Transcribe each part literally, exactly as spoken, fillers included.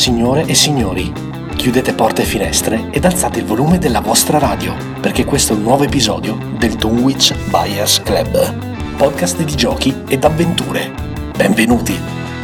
Signore e signori, chiudete porte e finestre ed alzate il volume della vostra radio, perché questo è un nuovo episodio del Dunwich Buyers Club, podcast di giochi ed avventure. Benvenuti!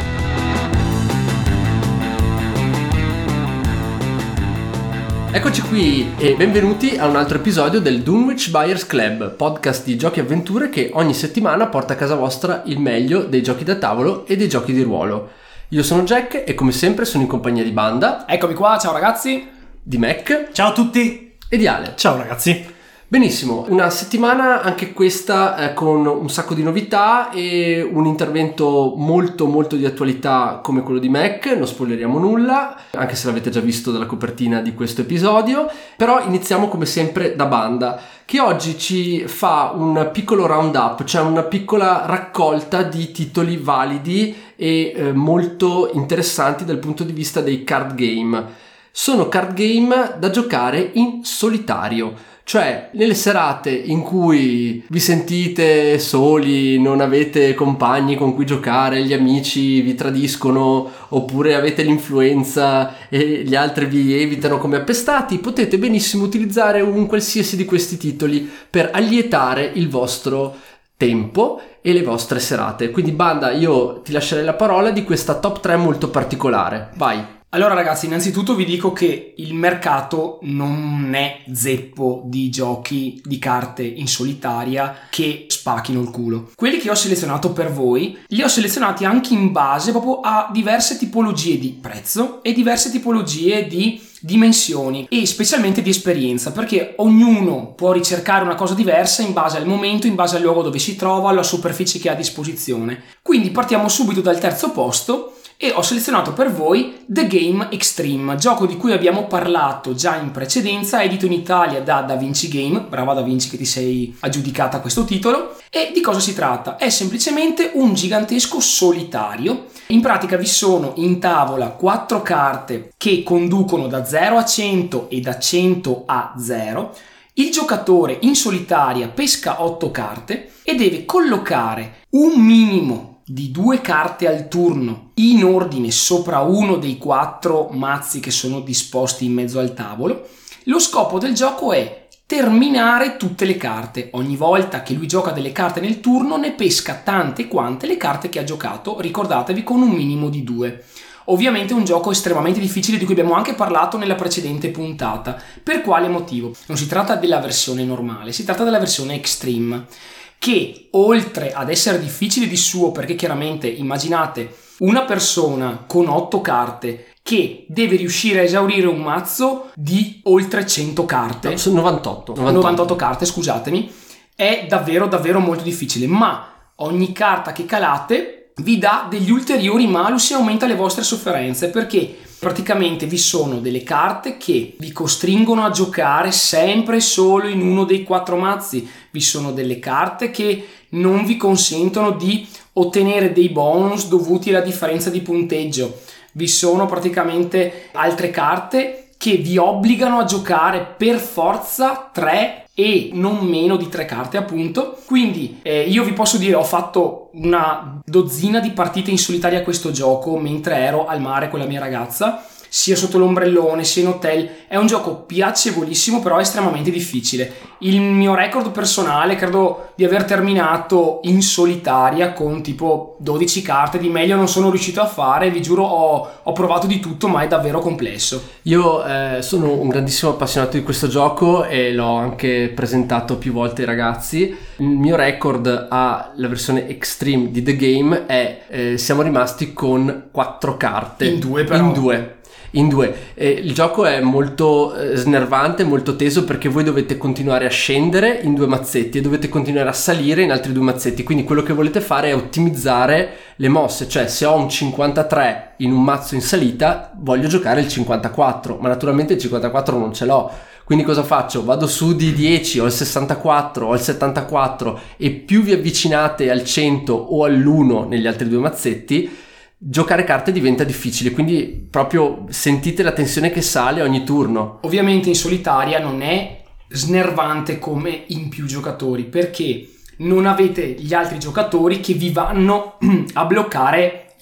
Eccoci qui e benvenuti a un altro episodio del Dunwich Buyers Club, podcast di giochi e avventure che ogni settimana porta a casa vostra il meglio dei giochi da tavolo e dei giochi di ruolo. Io sono Jack e come sempre sono in compagnia di Banda. Eccomi qua, ciao ragazzi. Di Mac. Ciao a tutti. E di Ale. Ciao ragazzi. Benissimo, una settimana anche questa eh, con un sacco di novità e un intervento molto molto di attualità come quello di Mac, non spoileriamo nulla, anche se l'avete già visto dalla copertina di questo episodio, però iniziamo come sempre da Banda, che oggi ci fa un piccolo round up, cioè una piccola raccolta di titoli validi e eh, molto interessanti dal punto di vista dei card game. Sono card game da giocare in solitario. Cioè, nelle serate in cui vi sentite soli, non avete compagni con cui giocare, gli amici vi tradiscono, oppure avete l'influenza e gli altri vi evitano come appestati, potete benissimo utilizzare un qualsiasi di questi titoli per allietare il vostro tempo e le vostre serate. Quindi Banda, io ti lascerei la parola di questa top tre molto particolare. Vai! Allora ragazzi, innanzitutto vi dico che il mercato non è zeppo di giochi di carte in solitaria che spacchino il culo. Quelli che ho selezionato per voi li ho selezionati anche in base proprio a diverse tipologie di prezzo e diverse tipologie di dimensioni e specialmente di esperienza, perché ognuno può ricercare una cosa diversa in base al momento, in base al luogo dove si trova, alla superficie che ha a disposizione. Quindi partiamo subito dal terzo posto e ho selezionato per voi The Game Extreme, gioco di cui abbiamo parlato già in precedenza, edito in Italia da Da Vinci Game. Brava Da Vinci che ti sei aggiudicata questo titolo. E di cosa si tratta? È semplicemente un gigantesco solitario. In pratica vi sono in tavola quattro carte che conducono da zero a cento e da cento a zero. Il giocatore in solitaria pesca otto carte e deve collocare un minimo di due carte al turno in ordine sopra uno dei quattro mazzi che sono disposti in mezzo al tavolo. Lo scopo del gioco è terminare tutte le carte. Ogni volta che lui gioca delle carte nel turno ne pesca tante quante le carte che ha giocato, ricordatevi, con un minimo di due. Ovviamente è un gioco estremamente difficile di cui abbiamo anche parlato nella precedente puntata. Per quale motivo? Non si tratta della versione normale, si tratta della versione Extreme, che oltre ad essere difficile di suo, perché chiaramente immaginate una persona con otto carte che deve riuscire a esaurire un mazzo di oltre cento carte, no, sono novantotto, novantotto. novantotto carte, scusatemi, è davvero davvero molto difficile, ma ogni carta che calate vi dà degli ulteriori malus e aumenta le vostre sofferenze, perché praticamente vi sono delle carte che vi costringono a giocare sempre solo in uno dei quattro mazzi, vi sono delle carte che non vi consentono di ottenere dei bonus dovuti alla differenza di punteggio, vi sono praticamente altre carte che vi obbligano a giocare per forza tre e non meno di tre carte, appunto. Quindi eh, io vi posso dire, ho fatto una dozzina di partite in solitaria a questo gioco mentre ero al mare con la mia ragazza, sia sotto l'ombrellone sia in hotel. È un gioco piacevolissimo, però estremamente difficile. Il mio record personale credo di aver terminato in solitaria con tipo dodici carte, di meglio non sono riuscito a fare, vi giuro ho, ho provato di tutto, ma è davvero complesso. Io eh, sono un grandissimo appassionato di questo gioco e l'ho anche presentato più volte ai ragazzi. Il mio record alla versione Extreme di The Game è eh, siamo rimasti con quattro carte in due però in due In due. Eh, il gioco è molto eh, snervante, molto teso, perché voi dovete continuare a scendere in due mazzetti e dovete continuare a salire in altri due mazzetti. Quindi quello che volete fare è ottimizzare le mosse. Cioè, se ho un cinquantatré in un mazzo in salita, voglio giocare il cinquantaquattro, ma naturalmente il cinquantaquattro non ce l'ho. Quindi cosa faccio? Vado su di dieci, ho il sessantaquattro, ho il settantaquattro, e più vi avvicinate al cento o all'uno negli altri due mazzetti, giocare carte diventa difficile, quindi proprio sentite la tensione che sale ogni turno. Ovviamente in solitaria non è snervante come in più giocatori, perché non avete gli altri giocatori che vi vanno a bloccare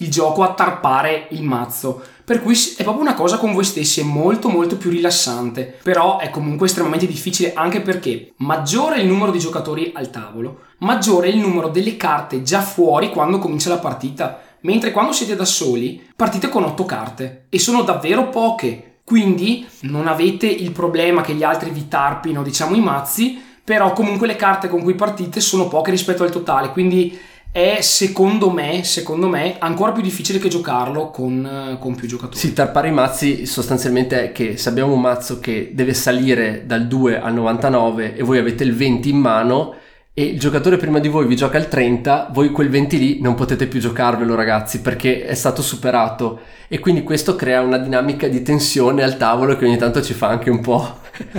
il gioco a tarpare il mazzo, per cui è proprio una cosa con voi stessi, è molto molto più rilassante, però è comunque estremamente difficile, anche perché maggiore è il numero di giocatori al tavolo, maggiore è il numero delle carte già fuori quando comincia la partita, mentre quando siete da soli partite con otto carte e sono davvero poche, quindi non avete il problema che gli altri vi tarpino, diciamo, i mazzi, però comunque le carte con cui partite sono poche rispetto al totale, quindi è secondo me, secondo me ancora più difficile che giocarlo con, con più giocatori. Sì, tarpare i mazzi sostanzialmente è che se abbiamo un mazzo che deve salire dal due al novantanove e voi avete il venti in mano e il giocatore prima di voi vi gioca il trenta, voi quel venti lì non potete più giocarvelo, ragazzi, perché è stato superato, e quindi questo crea una dinamica di tensione al tavolo che ogni tanto ci fa anche un po'.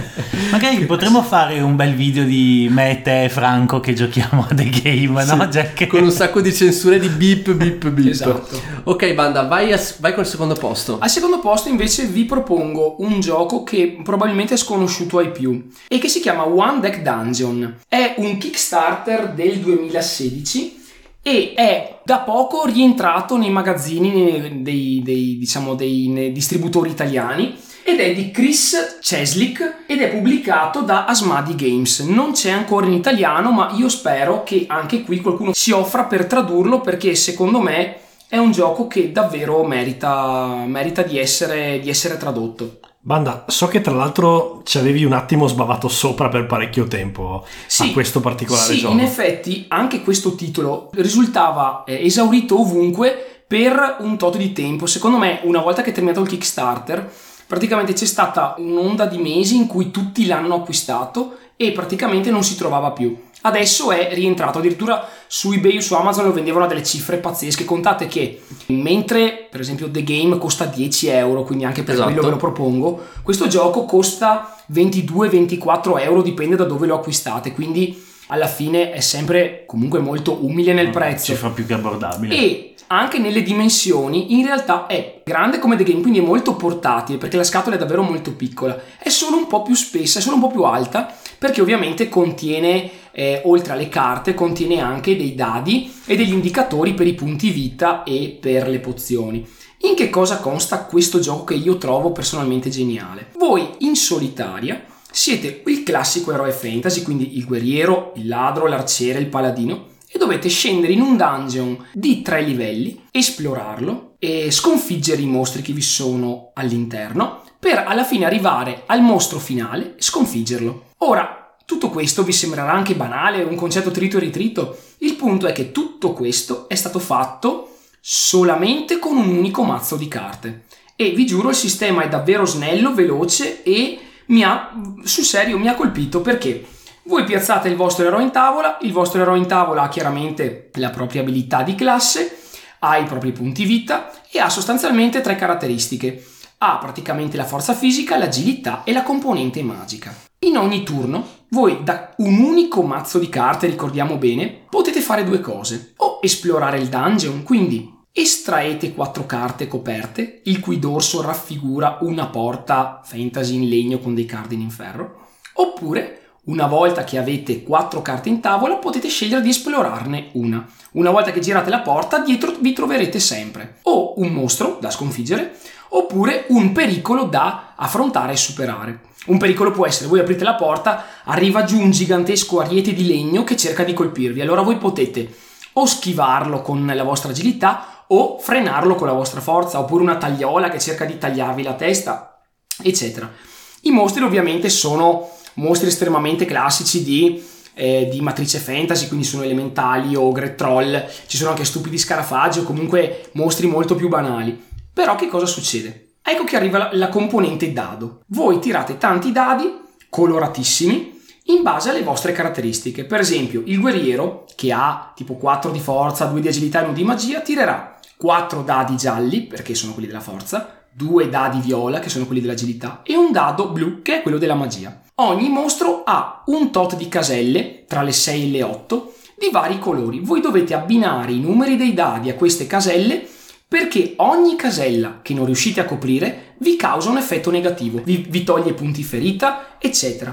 Magari potremmo fare un bel video di me, te e Franco che giochiamo a The Game, sì, no Jack? Con un sacco di censure di beep beep beep. Esatto. Ok banda, vai, a, vai col secondo posto. Al secondo posto invece vi propongo un gioco che probabilmente è sconosciuto ai più e che si chiama One Deck Dungeon. È un Kickstarter del duemilasedici e è da poco rientrato nei magazzini dei, dei, diciamo, dei distributori italiani, ed è di Chris Cieslik ed è pubblicato da Asmadi Games. Non c'è ancora in italiano, ma io spero che anche qui qualcuno si offra per tradurlo, perché secondo me è un gioco che davvero merita, merita di essere, di essere tradotto. Banda, so che tra l'altro ci avevi un attimo sbavato sopra per parecchio tempo sì, a questo particolare sì, gioco. In effetti anche questo titolo risultava eh, esaurito ovunque per un tot di tempo. Secondo me, una volta che è terminato il Kickstarter, praticamente c'è stata un'onda di mesi in cui tutti l'hanno acquistato e praticamente non si trovava più. Adesso è rientrato, addirittura su eBay o su Amazon lo vendevano a delle cifre pazzesche. Contate che mentre per esempio The Game costa dieci euro, quindi anche per esatto. quello ve lo propongo, questo gioco costa ventidue ventiquattro euro, dipende da dove lo acquistate, quindi alla fine è sempre comunque molto umile nel prezzo, Cifra più che abbordabile. E anche nelle dimensioni in realtà è grande come The Game, quindi è molto portatile perché la scatola è davvero molto piccola, è solo un po' più spessa, è solo un po' più alta, perché ovviamente contiene eh, oltre alle carte contiene anche dei dadi e degli indicatori per i punti vita e per le pozioni. In che cosa consta questo gioco che io trovo personalmente geniale? Voi in solitaria siete il classico eroe fantasy, quindi il guerriero, il ladro, l'arciere, il paladino, e dovete scendere in un dungeon di tre livelli, esplorarlo e sconfiggere i mostri che vi sono all'interno, per alla fine arrivare al mostro finale e sconfiggerlo. Ora, tutto questo vi sembrerà anche banale, un concetto trito e ritrito. Il punto è che tutto questo è stato fatto solamente con un unico mazzo di carte. E vi giuro, il sistema è davvero snello, veloce e mi ha, sul serio, mi ha colpito, perché voi piazzate il vostro eroe in tavola, il vostro eroe in tavola ha chiaramente la propria abilità di classe, ha i propri punti vita e ha sostanzialmente tre caratteristiche. Ha praticamente la forza fisica, l'agilità e la componente magica. In ogni turno, voi da un unico mazzo di carte, ricordiamo bene, potete fare due cose. O esplorare il dungeon, quindi estraete quattro carte coperte, il cui dorso raffigura una porta fantasy in legno con dei cardini in ferro, oppure una volta che avete quattro carte in tavola potete scegliere di esplorarne una. Una volta che girate la porta, dietro vi troverete sempre o un mostro da sconfiggere oppure un pericolo da affrontare e superare. Un pericolo può essere: voi aprite la porta, arriva giù un gigantesco ariete di legno che cerca di colpirvi, allora voi potete o schivarlo con la vostra agilità o frenarlo con la vostra forza, oppure una tagliola che cerca di tagliarvi la testa, eccetera. I mostri ovviamente sono mostri estremamente classici di, eh, di matrice fantasy, quindi sono elementali, ogre, troll, ci sono anche stupidi scarafaggi o comunque mostri molto più banali. Però che cosa succede? Ecco che arriva la, la componente dado. Voi tirate tanti dadi coloratissimi in base alle vostre caratteristiche. Per esempio, il guerriero, che ha tipo quattro di forza, due di agilità e uno di magia, tirerà quattro dadi gialli, perché sono quelli della forza, due dadi viola, che sono quelli dell'agilità, e un dado blu, che è quello della magia. Ogni mostro ha un tot di caselle, tra le sei e le otto, di vari colori. Voi dovete abbinare i numeri dei dadi a queste caselle, perché ogni casella che non riuscite a coprire vi causa un effetto negativo, vi, vi toglie punti ferita, eccetera.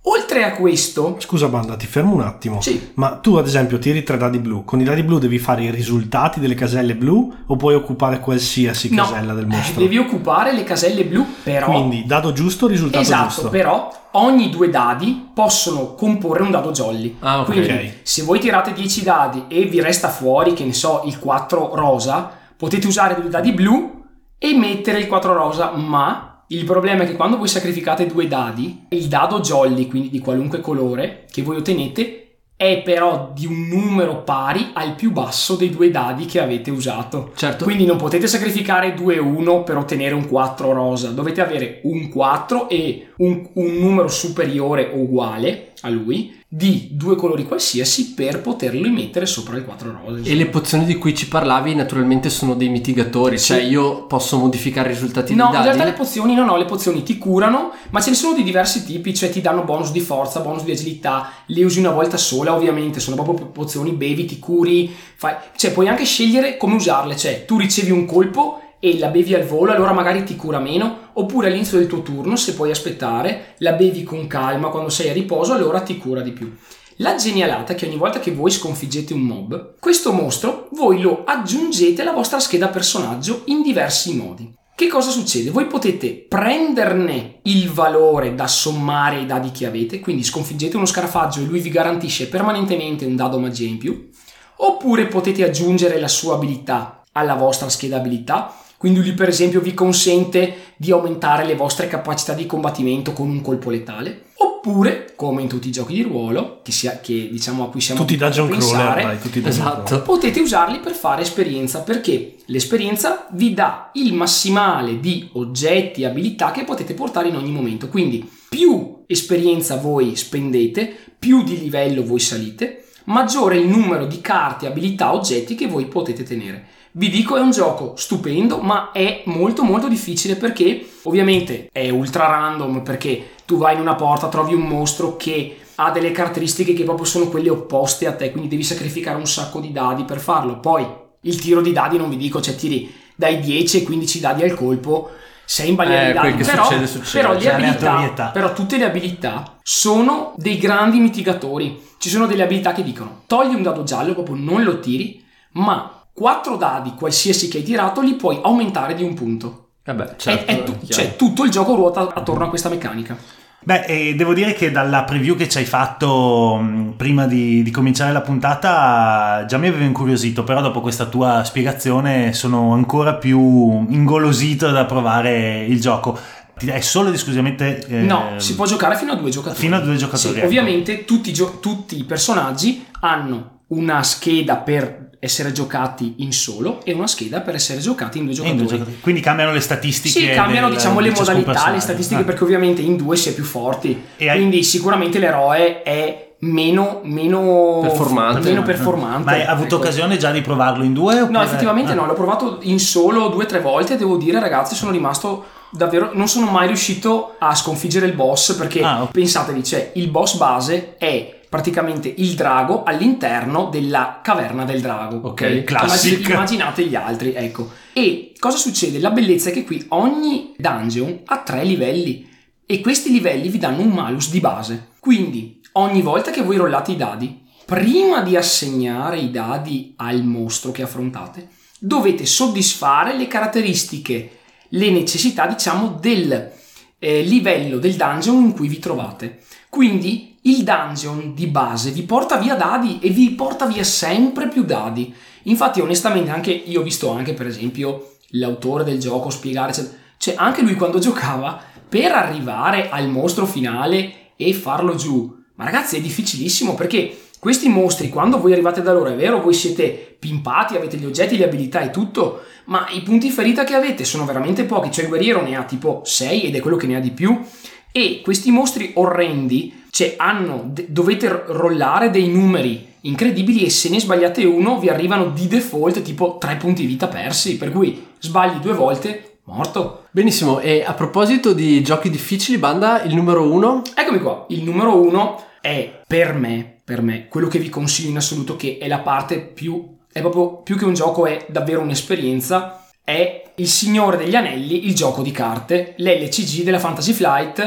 Oltre a questo... Scusa banda, ti fermo un attimo. Sì. Ma tu ad esempio tiri tre dadi blu. Con i dadi blu devi fare i risultati delle caselle blu o puoi occupare qualsiasi no, casella del mostro? Devi occupare le caselle blu, però... Quindi dado giusto, risultato esatto, giusto. Però ogni due dadi possono comporre un dado jolly. Ah, ok. Quindi se voi tirate dieci dadi e vi resta fuori, che ne so, il quattro rosa, potete usare due dadi blu e mettere il quattro rosa, ma... il problema è che quando voi sacrificate due dadi, il dado jolly, quindi di qualunque colore, che voi ottenete, è però di un numero pari al più basso dei due dadi che avete usato. Certo. Quindi non potete sacrificare due uno per ottenere un quattro rosa, dovete avere un quattro e un, un numero superiore o uguale a lui di due colori qualsiasi per poterlo mettere sopra il quattro rosa. E le pozioni di cui ci parlavi naturalmente sono dei mitigatori, Sì. cioè io posso modificare i risultati No, dei in dadi? realtà le pozioni no, no, le pozioni ti curano, ma ce ne sono di diversi tipi, cioè ti danno bonus di forza, bonus di agilità, le usi una volta sola ovviamente, sono proprio pozioni, bevi, ti curi, fai... cioè puoi anche scegliere come usarle, cioè tu ricevi un colpo e la bevi al volo, allora magari ti cura meno, oppure all'inizio del tuo turno, se puoi aspettare, la bevi con calma quando sei a riposo, allora ti cura di più. La genialata è che ogni volta che voi sconfiggete un mob, questo mostro voi lo aggiungete alla vostra scheda personaggio in diversi modi. Che cosa succede? Voi potete prenderne il valore da sommare ai dadi che avete, quindi sconfiggete uno scarafaggio e lui vi garantisce permanentemente un dado magia in più, oppure potete aggiungere la sua abilità alla vostra scheda abilità, quindi lui per esempio vi consente di aumentare le vostre capacità di combattimento con un colpo letale, oppure come in tutti i giochi di ruolo che, sia, che diciamo a cui siamo Tutti i dungeon pensare, crawler, dai, tutti i dungeon Esatto. crawler. potete usarli per fare esperienza, perché l'esperienza vi dà il massimale di oggetti e abilità che potete portare in ogni momento, quindi più esperienza voi spendete, più di livello voi salite, maggiore il numero di carte, abilità, oggetti che voi potete tenere. Vi dico, è un gioco stupendo, ma è molto molto difficile perché ovviamente è ultra random, perché tu vai in una porta, trovi un mostro che ha delle caratteristiche che proprio sono quelle opposte a te, quindi devi sacrificare un sacco di dadi per farlo. Poi il tiro di dadi non vi dico, cioè tiri dai dieci e quindici dadi al colpo, sei in balia Eh, di dadi, quel che però, succede, succede. però, le C'è abilità, aleatorietà. però tutte le abilità sono dei grandi mitigatori. Ci sono delle abilità che dicono togli un dado giallo, proprio non lo tiri, ma quattro dadi qualsiasi che hai tirato li puoi aumentare di un punto. Vabbè, certo, è, è tu- chiaro. cioè tutto il gioco ruota attorno a questa meccanica. Beh, eh, devo dire che dalla preview che ci hai fatto mh, prima di, di cominciare la puntata già mi aveva incuriosito, però dopo questa tua spiegazione sono ancora più ingolosito da provare il gioco. È solo ed esclusivamente... Eh, No, si può giocare fino a due giocatori. Fino a due giocatori, Sì, ecco. ovviamente tutti, i gio- tutti i personaggi hanno una scheda per essere giocati in solo e una scheda per essere giocati in due in giocatori. due giocatori. Quindi cambiano le statistiche. Sì, cambiano del- diciamo di le ciascun modalità, le personaggio. statistiche, Ah. perché ovviamente in due si è più forti, E hai- quindi sicuramente l'eroe è meno meno Performante. meno performante. Ma hai avuto ecco. occasione già di provarlo in due? No, oppure- effettivamente ah. no, l'ho provato in solo due o tre volte e devo dire, ragazzi, sono rimasto davvero, non sono mai riuscito a sconfiggere il boss, perché Ah, ok. pensatevi, cioè il boss base è praticamente il drago all'interno della caverna del drago, ok? Ok, classic. Immagin- immaginate gli altri, ecco. E cosa succede? La bellezza è che qui ogni dungeon ha tre livelli e questi livelli vi danno un malus di base. Quindi ogni volta che voi rollate i dadi, prima di assegnare i dadi al mostro che affrontate, dovete soddisfare le caratteristiche, le necessità, diciamo, del eh, livello del dungeon in cui vi trovate. Quindi il dungeon di base vi porta via dadi e vi porta via sempre più dadi. Infatti, onestamente, anche io ho visto anche, per esempio, l'autore del gioco spiegare, cioè, cioè anche lui quando giocava, per arrivare al mostro finale e farlo giù, ma ragazzi, è difficilissimo, perché questi mostri, quando voi arrivate da loro, è vero, voi siete pimpati, avete gli oggetti, le abilità e tutto, ma i punti ferita che avete sono veramente pochi, cioè il guerriero ne ha tipo sei ed è quello che ne ha di più, e questi mostri orrendi, cioè hanno, d- dovete rollare dei numeri incredibili e se ne sbagliate uno vi arrivano di default tipo tre punti vita persi, per cui sbagli due volte, morto. Benissimo, e a proposito di giochi difficili, banda, il numero uno? Eccomi qua, il numero uno è per me, per me, quello che vi consiglio in assoluto, che è la parte più, è proprio più che un gioco, è davvero un'esperienza, è Il Signore degli Anelli, il gioco di carte, l'L C G della Fantasy Flight.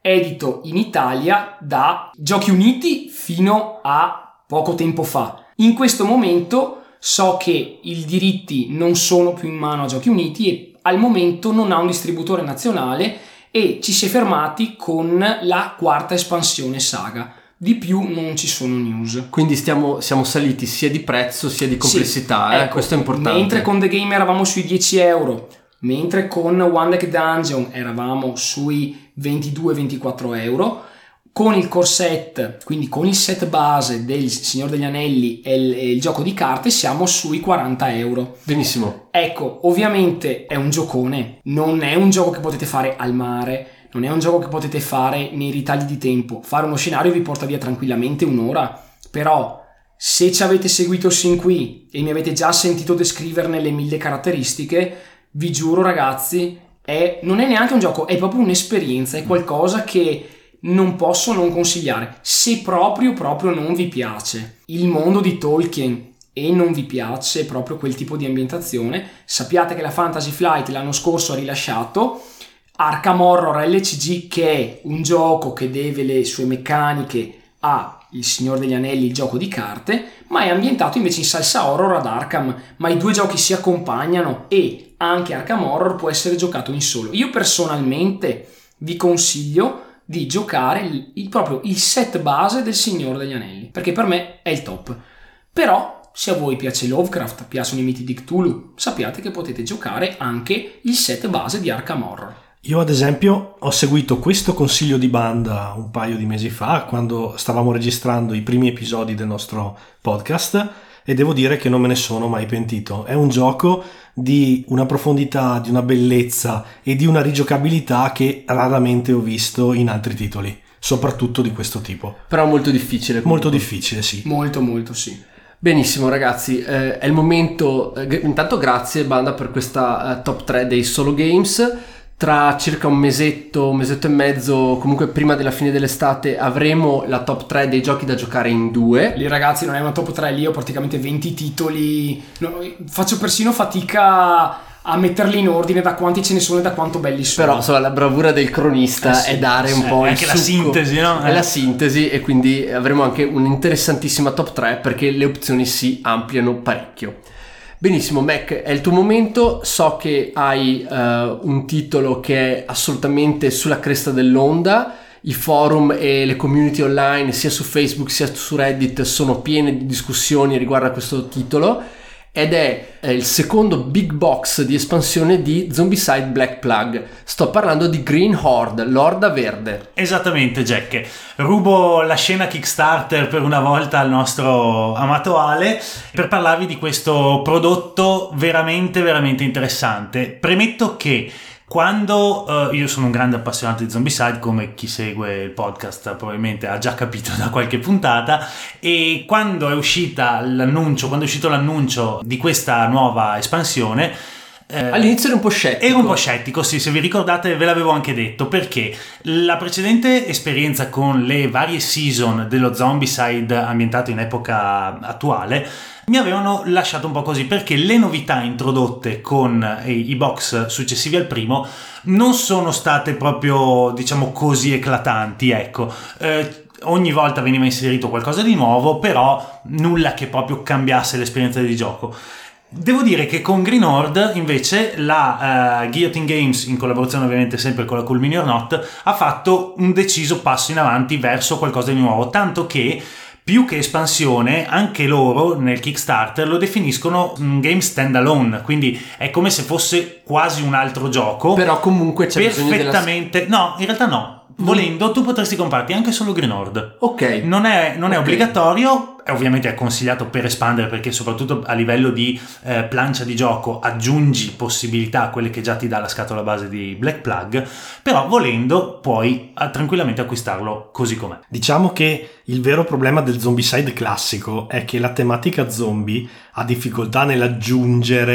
edito in Italia da Giochi Uniti fino a poco tempo fa. In questo momento so che i diritti non sono più in mano a Giochi Uniti e al momento non ha un distributore nazionale e ci si è fermati con la quarta espansione Saga. Di più non ci sono news. Quindi stiamo, siamo saliti sia di prezzo sia di complessità, sì, eh? ecco, Questo è importante. Mentre con The Game eravamo sui dieci euro, mentre con One Deck Dungeon eravamo sui ventidue ventiquattro euro, con il core set, quindi con il set base del Signore degli Anelli e il, e il gioco di carte, siamo sui quaranta euro. Benissimo. Ecco, ovviamente è un giocone, non è un gioco che potete fare al mare, non è un gioco che potete fare nei ritagli di tempo. Fare uno scenario vi porta via tranquillamente un'ora, però se ci avete seguito sin qui e mi avete già sentito descriverne le mille caratteristiche, vi giuro ragazzi, è, non è neanche un gioco, è proprio un'esperienza, è qualcosa che non posso non consigliare. Se proprio proprio non vi piace il mondo di Tolkien e non vi piace proprio quel tipo di ambientazione, sappiate che la Fantasy Flight l'anno scorso ha rilasciato Arkham Horror L C G, che è un gioco che deve le sue meccaniche a Il Signore degli Anelli, il gioco di carte, ma è ambientato invece in salsa horror ad Arkham, ma i due giochi si accompagnano e anche Arkham Horror può essere giocato in solo. Io personalmente vi consiglio di giocare il, il, proprio il set base del Signore degli Anelli, perché per me è il top. Però se a voi piace Lovecraft, piacciono i miti di Cthulhu, sappiate che potete giocare anche il set base di Arkham Horror. Io ad esempio ho seguito questo consiglio di banda un paio di mesi fa, quando stavamo registrando i primi episodi del nostro podcast, e devo dire che non me ne sono mai pentito. È un gioco di una profondità, di una bellezza e di una rigiocabilità che raramente ho visto in altri titoli, soprattutto di questo tipo. Però molto difficile. Comunque. Molto difficile, sì. Molto molto sì. Benissimo ragazzi, eh, è il momento, eh, intanto grazie Banda per questa eh, top tre dei solo games. Tra circa un mesetto, un mesetto e mezzo, comunque prima della fine dell'estate, avremo la top tre dei giochi da giocare in due. Lì ragazzi non è una top tre, lì ho praticamente venti titoli, no, faccio persino fatica a metterli in ordine da quanti ce ne sono e da quanto belli sono. Però insomma, la bravura del cronista eh sì, è dare un sì, po' è il anche la succo, sintesi, no? È Eh. la sintesi, e quindi avremo anche un'interessantissima top tre perché le opzioni si ampliano parecchio. Benissimo Mac, è il tuo momento. So che hai uh, un titolo che è assolutamente sulla cresta dell'onda. I forum e le community online sia su Facebook sia su Reddit sono piene di discussioni riguardo a questo titolo, ed è eh, il secondo big box di espansione di Zombicide Black Plug. Sto parlando di Green Horde, l'Orda Verde. Esattamente Jack, rubo la scena Kickstarter per una volta al nostro amato Ale per parlarvi di questo prodotto veramente veramente interessante. Premetto che quando uh, io sono un grande appassionato di Zombicide, come chi segue il podcast probabilmente ha già capito da qualche puntata, e quando è uscita l'annuncio, quando è uscito l'annuncio di questa nuova espansione, Eh, all'inizio eri un po' scettico. Ero un po' scettico, sì, se vi ricordate ve l'avevo anche detto, perché la precedente esperienza con le varie season dello Zombicide ambientato in epoca attuale mi avevano lasciato un po' così, perché le novità introdotte con i, i box successivi al primo non sono state proprio, diciamo così, eclatanti, ecco. Eh, ogni volta veniva inserito qualcosa di nuovo, però nulla che proprio cambiasse l'esperienza di gioco. Devo dire che con Green Horde invece la uh, Guillotine Games, in collaborazione ovviamente sempre con la Cool Mini or Not, ha fatto un deciso passo in avanti verso qualcosa di nuovo, tanto che più che espansione anche loro nel Kickstarter lo definiscono un game standalone, quindi è come se fosse quasi un altro gioco, però comunque c'è perfettamente bisogno della... no, in realtà no, volendo tu potresti comprarti anche solo Green Horde. Ok, non è, non è okay. obbligatorio, è ovviamente è consigliato per espandere, perché soprattutto a livello di eh, plancia di gioco aggiungi possibilità a quelle che già ti dà la scatola base di Black Plug, però volendo puoi ah, tranquillamente acquistarlo così com'è. Diciamo che il vero problema del Zombicide classico è che la tematica zombie ha difficoltà nell'aggiungere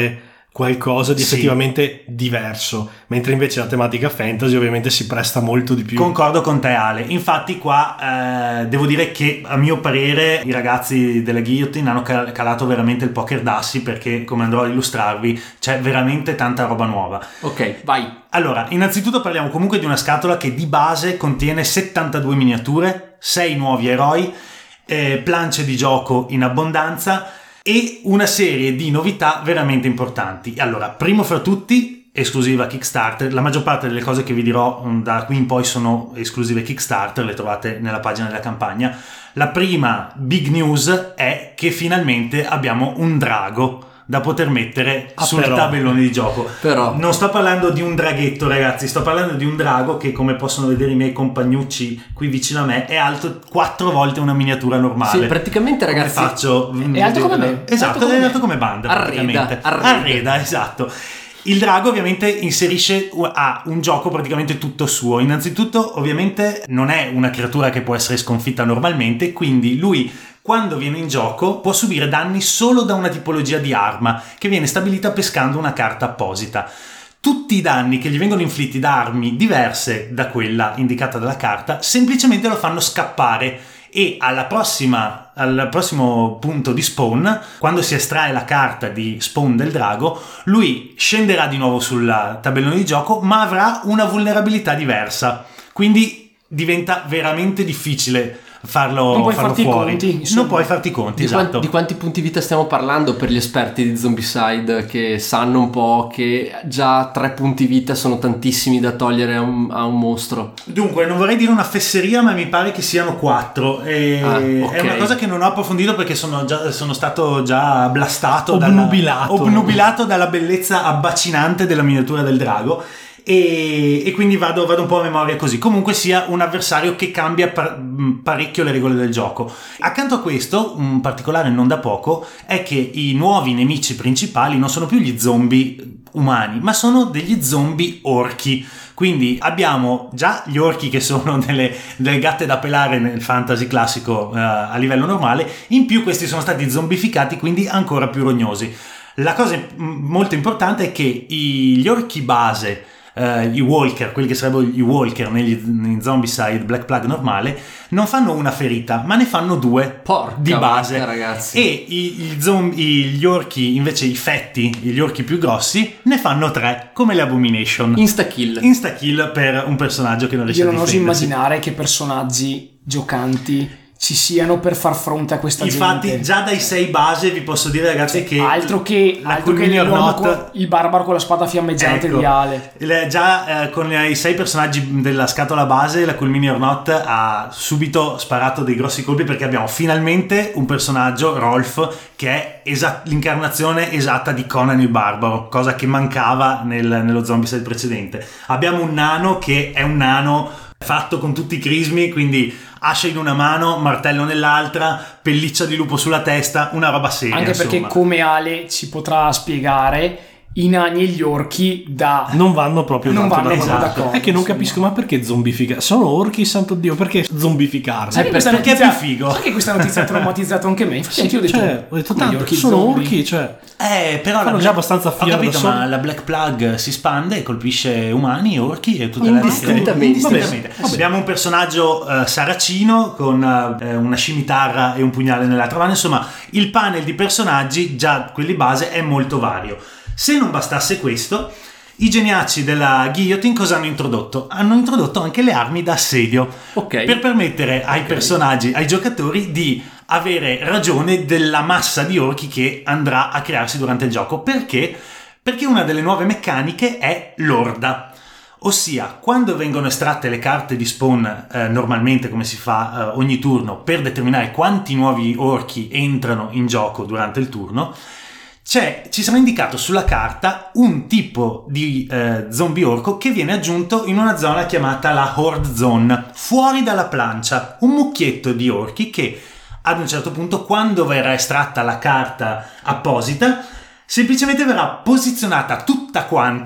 qualcosa di Sì. effettivamente diverso, mentre invece la tematica fantasy ovviamente si presta molto di più. Concordo con te, Ale. Infatti qua eh, devo dire che a mio parere i ragazzi della Guillotine hanno cal- calato veramente il poker d'assi, perché come andrò a illustrarvi c'è veramente tanta roba nuova. Ok, vai. Allora, innanzitutto parliamo comunque di una scatola che di base contiene settantadue miniature, sei nuovi eroi, eh, planche di gioco in abbondanza e una serie di novità veramente importanti. Allora, primo fra tutti, esclusiva Kickstarter. La maggior parte delle cose che vi dirò da qui in poi sono esclusive Kickstarter, le trovate nella pagina della campagna. La prima big news è che finalmente abbiamo un drago da poter mettere Ah, sul però. tabellone di gioco. Però Non sto parlando di un draghetto, ragazzi, sto parlando di un drago che, come possono vedere i miei compagnucci qui vicino a me, è alto quattro volte una miniatura normale. sì, praticamente Come ragazzi faccio? È alto come me. Esatto, è alto come banda. Arreda, praticamente. arreda. Arreda, esatto. Il drago ovviamente inserisce a un gioco praticamente tutto suo. Innanzitutto ovviamente non è una creatura che può essere sconfitta normalmente, quindi lui quando viene in gioco può subire danni solo da una tipologia di arma che viene stabilita pescando una carta apposita. Tutti i danni che gli vengono inflitti da armi diverse da quella indicata dalla carta semplicemente lo fanno scappare, e alla prossima, al prossimo punto di spawn, quando si estrae la carta di spawn del drago, lui scenderà di nuovo sul tabellone di gioco, ma avrà una vulnerabilità diversa, quindi diventa veramente difficile farlo, Non puoi farlo farti i fuori. conti, insomma. Non puoi farti i conti, Di, quan- esatto. di quanti punti vita stiamo parlando per gli esperti di Zombicide, che sanno un po' che già tre punti vita sono tantissimi da togliere a un, a un mostro? Dunque, non vorrei dire una fesseria, ma mi pare che siano quattro. E Ah, ok. È una cosa che non ho approfondito perché sono, già, sono stato già blastato, Obnubilato. dalla, obnubilato dalla bellezza abbacinante della miniatura del drago. E, e quindi vado, vado un po' a memoria così. Comunque sia un avversario che cambia par- parecchio le regole del gioco. Accanto a questo, un particolare non da poco è che i nuovi nemici principali non sono più gli zombie umani, ma sono degli zombie orchi. Quindi abbiamo già gli orchi che sono delle, delle gatte da pelare nel fantasy classico uh, a livello normale, in più questi sono stati zombificati, quindi ancora più rognosi. La cosa m- molto importante è che i, gli orchi base, Uh, i walker, quelli che sarebbero i walker negli, in Zombicide Black Plague normale, non fanno una ferita ma ne fanno due. Porca di base, vacca, ragazzi. e i, i zombie, gli orchi invece, i fetti, gli orchi più grossi, ne fanno tre, come le Abomination. Insta kill. Insta kill per un personaggio che non riesce Io a non oso difendersi. immaginare che personaggi giocanti ci siano per far fronte a questa Infatti gente. già dai sei base vi posso dire, ragazzi, che altro che, la altro che Culmini or l'uomo Not- con- il barbaro con la spada fiammeggiante Ecco, di Ale. il- già eh, con i sei personaggi della scatola base, la Culmini or Not ha subito sparato dei grossi colpi, perché abbiamo finalmente un personaggio, Rolf, che è esa- l'incarnazione esatta di Conan il barbaro, cosa che mancava nel, nello Zombicide precedente. Abbiamo un nano che è un nano fatto con tutti i crismi, quindi ascia in una mano, martello nell'altra, pelliccia di lupo sulla testa, una roba seria. Anche perché, insomma. come Ale ci potrà spiegare, i nani e gli orchi da Non vanno proprio non tanto vanno d'accordo. proprio Esatto. d'accordo. È che non insomma. capisco, ma perché zombificare? Sono orchi, santo Dio, perché zombificarli? Sai che questa perché è notizia, più figo. sai che questa notizia ha traumatizzato anche me? Infatti anche io ho detto, Cioè, ho detto come gli tanto, orchi sono zombie? orchi, cioè... Eh, però Fanno la già Black- abbastanza ho fiero capito, da soli. ma la Black Plague si spande e colpisce umani, orchi e tutte le altre Indistintamente. Indistintamente. Vabbè. Abbiamo un personaggio eh, saracino con eh, una scimitarra e un pugnale nell'altra mano. Insomma, il panel di personaggi, già quelli base, è molto vario. Se non bastasse questo, i geniacci della Guillotine cosa hanno introdotto? Hanno introdotto anche le armi da assedio, Ok. per permettere ai personaggi, ai giocatori, di avere ragione della massa di orchi che andrà a crearsi durante il gioco. Perché? Perché una delle nuove meccaniche è l'orda, ossia quando vengono estratte le carte di spawn eh, normalmente, come si fa eh, ogni turno, per determinare quanti nuovi orchi entrano in gioco durante il turno, c'è, ci sarà indicato sulla carta un tipo di eh, zombie orco che viene aggiunto in una zona chiamata la Horde Zone, fuori dalla plancia, un mucchietto di orchi che ad un certo punto, quando verrà estratta la carta apposita, semplicemente verrà posizionata tutta quanta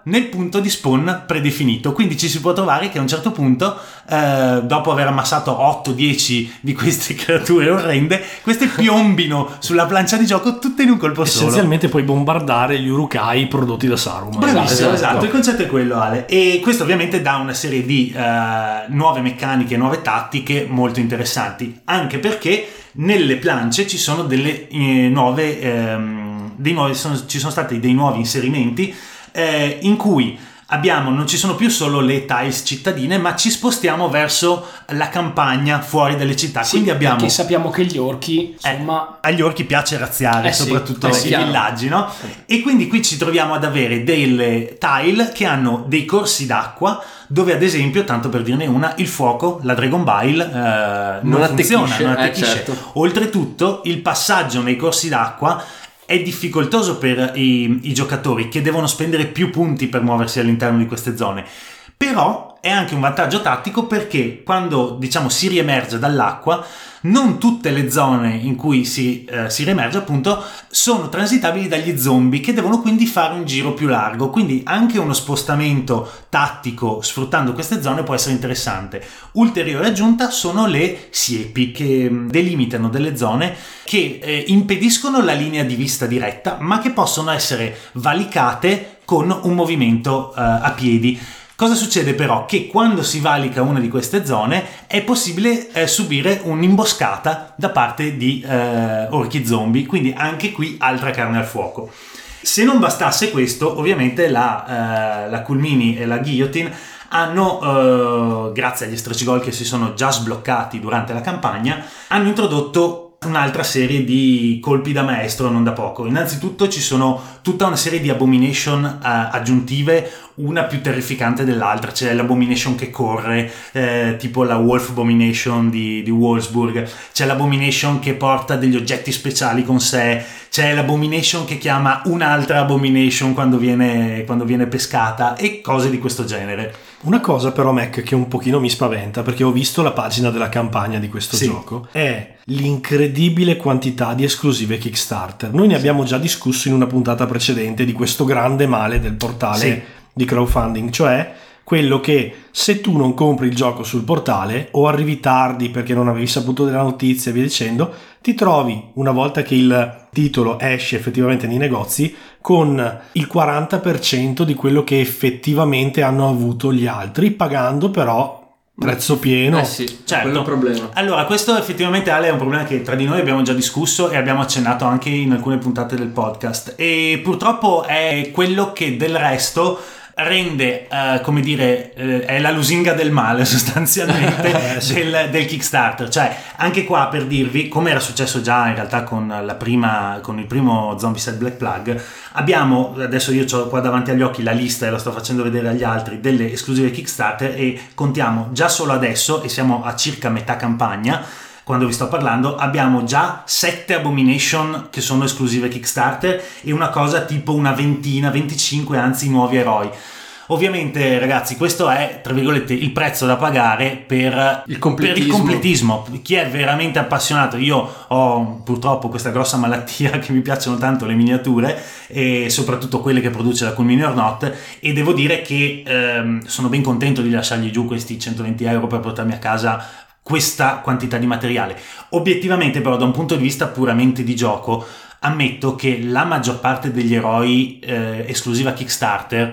nel punto di spawn predefinito, quindi ci si può trovare che a un certo punto eh, dopo aver ammassato otto dieci di queste creature orrende, queste piombino sulla plancia di gioco tutte in un colpo solo. Essenzialmente puoi bombardare gli urukai prodotti da Saruman. Bravissimo, esatto, esatto, il concetto è quello, Ale, e questo ovviamente dà una serie di eh, nuove meccaniche, nuove tattiche molto interessanti, anche perché nelle plance ci sono delle eh, nuove ehm, dei nuovi, sono, ci sono stati dei nuovi inserimenti eh, in cui abbiamo, non ci sono più solo le tiles cittadine, ma ci spostiamo verso la campagna fuori dalle città. Sì, quindi abbiamo, perché sappiamo che gli orchi, insomma, eh, agli orchi piace razziare, eh sì, soprattutto eh i sì, villaggi, no? E quindi qui ci troviamo ad avere delle tile che hanno dei corsi d'acqua dove, ad esempio, tanto per dirne una, il fuoco, la Dragon Bile eh, non, Non funziona, attecchisce, non eh, attecchisce. certo. Oltretutto il passaggio nei corsi d'acqua è difficoltoso per i, i giocatori che devono spendere più punti per muoversi all'interno di queste zone, però è anche un vantaggio tattico perché quando, diciamo, si riemerge dall'acqua, non tutte le zone in cui si, eh, si riemerge appunto sono transitabili dagli zombie, che devono quindi fare un giro più largo, quindi anche uno spostamento tattico sfruttando queste zone può essere interessante. Ulteriore aggiunta sono le siepi, che delimitano delle zone che eh, impediscono la linea di vista diretta, ma che possono essere valicate con un movimento eh, a piedi. Cosa succede però? Che quando si valica una di queste zone è possibile eh, subire un'imboscata da parte di eh, orchi zombie, quindi anche qui altra carne al fuoco. Se non bastasse questo, ovviamente la, eh, la Culmini e la Guillotine hanno, eh, grazie agli stretch goal che si sono già sbloccati durante la campagna, hanno introdotto un'altra serie di colpi da maestro non da poco. Innanzitutto ci sono tutta una serie di abomination uh, aggiuntive, una più terrificante dell'altra. C'è l'abomination che corre, eh, tipo la Wolf Abomination di, di Wolfsburg, c'è l'abomination che porta degli oggetti speciali con sé, c'è l'abomination che chiama un'altra abomination quando viene, quando viene pescata e cose di questo genere. Una cosa però, Mac, che un pochino mi spaventa, perché ho visto la pagina della campagna di questo sì. gioco, è l'incredibile quantità di esclusive Kickstarter. Noi ne sì. abbiamo già discusso in una puntata precedente di questo grande male del portale sì. di crowdfunding, cioè quello che se tu non compri il gioco sul portale o arrivi tardi perché non avevi saputo della notizia e via dicendo, ti trovi, una volta che il titolo esce effettivamente nei negozi, con il quaranta per cento di quello che effettivamente hanno avuto gli altri, pagando però prezzo pieno. Eh sì, certo. Quello è un problema. Allora, questo effettivamente, Ale, è un problema che tra di noi abbiamo già discusso e abbiamo accennato anche in alcune puntate del podcast, e purtroppo è quello che del resto rende, uh, come dire, uh, è la lusinga del male sostanzialmente eh, sì. del, del Kickstarter. Cioè, anche qua, per dirvi, come era successo già in realtà con la prima, con il primo Zombicide Black Plug, abbiamo, adesso io ho qua davanti agli occhi la lista e la sto facendo vedere agli altri, delle esclusive Kickstarter, e contiamo già solo adesso, e siamo a circa metà campagna quando vi sto parlando, abbiamo già sette abomination che sono esclusive Kickstarter e una cosa tipo una ventina, venticinque anzi nuovi eroi. Ovviamente, ragazzi, questo è, tra virgolette, il prezzo da pagare per il completismo. Per il completismo. Chi è veramente appassionato, io ho purtroppo questa grossa malattia che mi piacciono tanto le miniature, e soprattutto quelle che produce la Cool Mini or Not, e devo dire che ehm, sono ben contento di lasciargli giù questi centoventi euro per portarmi a casa questa quantità di materiale. Obiettivamente, però, da un punto di vista puramente di gioco, ammetto che la maggior parte degli eroi eh, esclusiva Kickstarter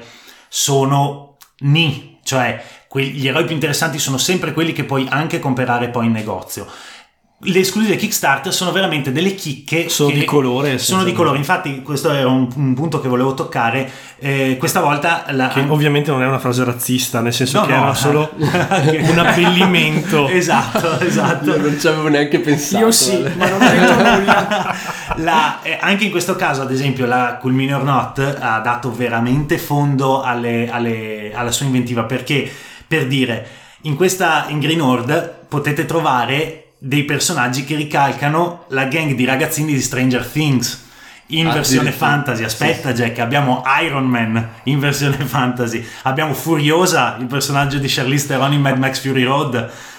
sono ni, cioè gli eroi più interessanti sono sempre quelli che puoi anche comprare poi in negozio. Le esclusive Kickstarter sono veramente delle chicche, sono che di colore, sono di colore. Infatti questo era un, un punto che volevo toccare eh, questa volta, la... che ovviamente non è una frase razzista, nel senso no, che no, era solo un abbellimento. Esatto, esatto. Io non ci avevo neanche pensato. Io sì, vale. ma non ho detto nulla. La, eh, anche in questo caso, ad esempio, la Cool Mini or Not ha dato veramente fondo alle, alle, alla sua inventiva, perché, per dire, in questa in Green Horde potete trovare dei personaggi che ricalcano la gang di ragazzini di Stranger Things in ah, versione sì, fantasy. Aspetta, sì, Jack, abbiamo Iron Man in versione fantasy, abbiamo Furiosa, il personaggio di Charlize Theron in Mad Max Fury Road,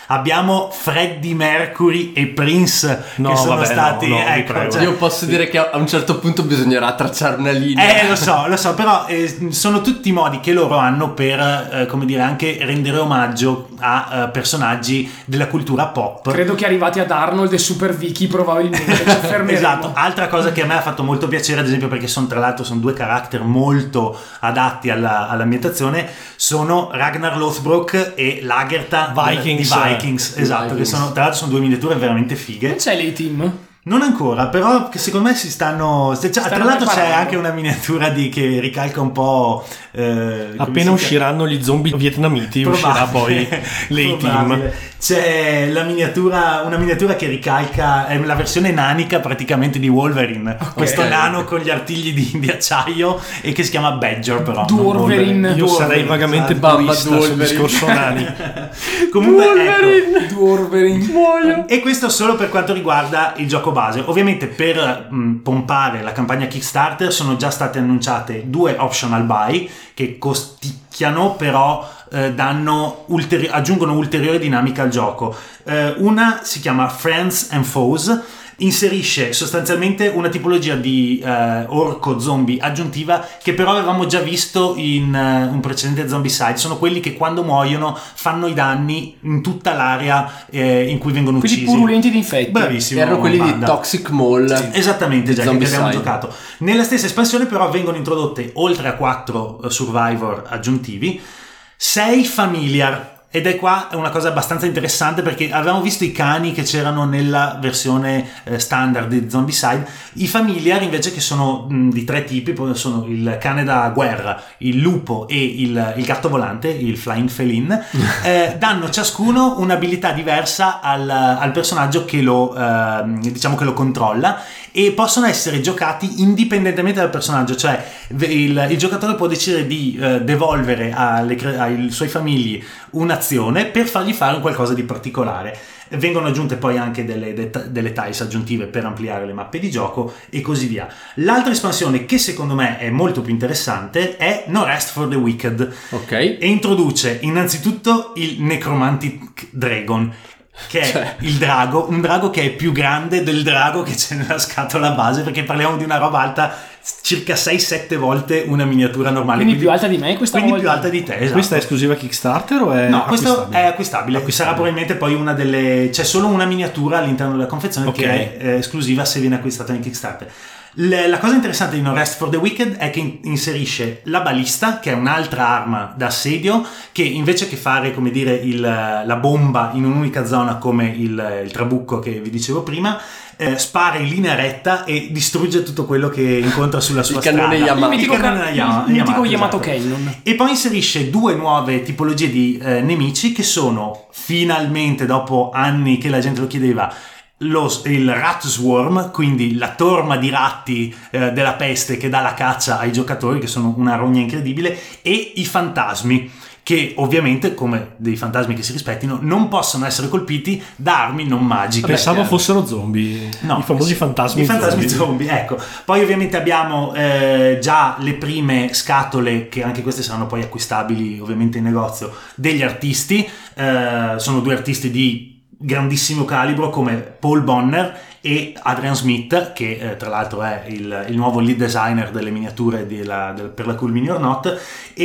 abbiamo Freddie Mercury e Prince No, che sono vabbè, stati no, no, vi ecco, prego. cioè- Io posso dire che a un certo punto bisognerà tracciare una linea. eh lo so, lo so, però eh, sono tutti modi che loro hanno per eh, come dire anche rendere omaggio a eh, personaggi della cultura pop. Credo che arrivati ad Arnold e Super Vicky probabilmente ci fermeremo. Esatto, altra cosa che a me ha fatto molto piacere, ad esempio, perché sono tra l'altro sono due character molto adatti alla, all'ambientazione, sono Ragnar Lothbrok e Lagertha Vikings. di Vikings, esatto, Vikings. che sono tra l'altro sono due miniature veramente fighe. Non c'è l'A-Team? Non ancora, però che secondo me si stanno, se- Stanno tra l'altro c'è preparando. anche una miniatura di che ricalca un po' eh, come Appena si usciranno gli zombie vietnamiti uscirà poi l'A-Team. Probabile. C'è la miniatura, una miniatura che ricalca è la versione nanica praticamente di Wolverine, questo nano con gli artigli di, di acciaio e che si chiama Badger, però non Dwarverine. Io sarei Dwarverine, vagamente esatto. purista sul Wolverine. discorso nani. Comunque ecco, Dwarverine. Muoio. e questo solo per quanto riguarda il gioco base. Ovviamente per mh, pompare la campagna Kickstarter sono già state annunciate due optional buy che costicchiano, però eh, danno ulteri- aggiungono ulteriore dinamica al gioco. Eh, una si chiama Friends and Foes, inserisce sostanzialmente una tipologia di eh, orco zombie aggiuntiva che però avevamo già visto in eh, un precedente Zombicide. Sono quelli che quando muoiono fanno i danni in tutta l'area eh, in cui vengono Quindi uccisi. purulenti di infetti. Bravissimo. Erano quelli di Panda. Toxic Mall. Esattamente, di già che abbiamo Zombicide. giocato. Nella stessa espansione però vengono introdotte, oltre a quattro eh, survivor aggiuntivi, sei familiar. Ed è qua una cosa abbastanza interessante, perché avevamo visto i cani che c'erano nella versione eh, standard di Zombicide. I familiar invece, che sono mh, di tre tipi, poi sono il cane da guerra, il lupo e il, il gatto volante, il flying feline, eh, danno ciascuno un'abilità diversa al, al personaggio che lo, eh, diciamo che lo controlla, e possono essere giocati indipendentemente dal personaggio. Cioè il, il giocatore può decidere di eh, devolvere alle, ai suoi famigli un'azione per fargli fare un qualcosa di particolare. Vengono aggiunte poi anche delle, delle tiles aggiuntive per ampliare le mappe di gioco e così via. L'altra espansione, che secondo me è molto più interessante, è No Rest for the Wicked, Ok. e introduce innanzitutto il Necromantic Dragon, che è Cioè. il drago, un drago che è più grande del drago che c'è nella scatola base, perché parliamo di una roba alta circa sei sette volte una miniatura normale. Quindi più alta di me questa quindi volta? più alta di te, esatto. Questa è esclusiva Kickstarter o è No, questo acquistabile? è acquistabile. Sarà probabilmente poi una delle. C'è solo una miniatura all'interno della confezione Ok. che è eh, esclusiva se viene acquistata in Kickstarter. Le- La cosa interessante di No Rest for the Wicked è che in- inserisce la balista, che è un'altra arma d'assedio, che invece che fare, come dire, il- la bomba in un'unica zona come il, il trabucco che vi dicevo prima, eh, spara in linea retta e distrugge tutto quello che incontra sulla sua Il cannone strada. Yamato. Il mitico, Il cannone Yama- il mitico Yamato, Yamato esatto. Cannon. E poi inserisce due nuove tipologie di eh, nemici, che sono finalmente, dopo anni che la gente lo chiedeva, lo, il Rat Swarm, quindi la torma di ratti eh, della peste che dà la caccia ai giocatori, che sono una rogna incredibile, e i fantasmi, che ovviamente, come dei fantasmi che si rispettino, non possono essere colpiti da armi non magiche. Pensavo chiaro. fossero zombie, No, i famosi sì, fantasmi i fantasmi zombie. zombie, ecco. Poi ovviamente abbiamo eh, già le prime scatole, che anche queste saranno poi acquistabili ovviamente in negozio, degli artisti. Eh, sono due artisti di grandissimo calibro come Paul Bonner e Adrian Smith, che eh, tra l'altro è il, il nuovo lead designer delle miniature della, del, per la Cool Mini or Not,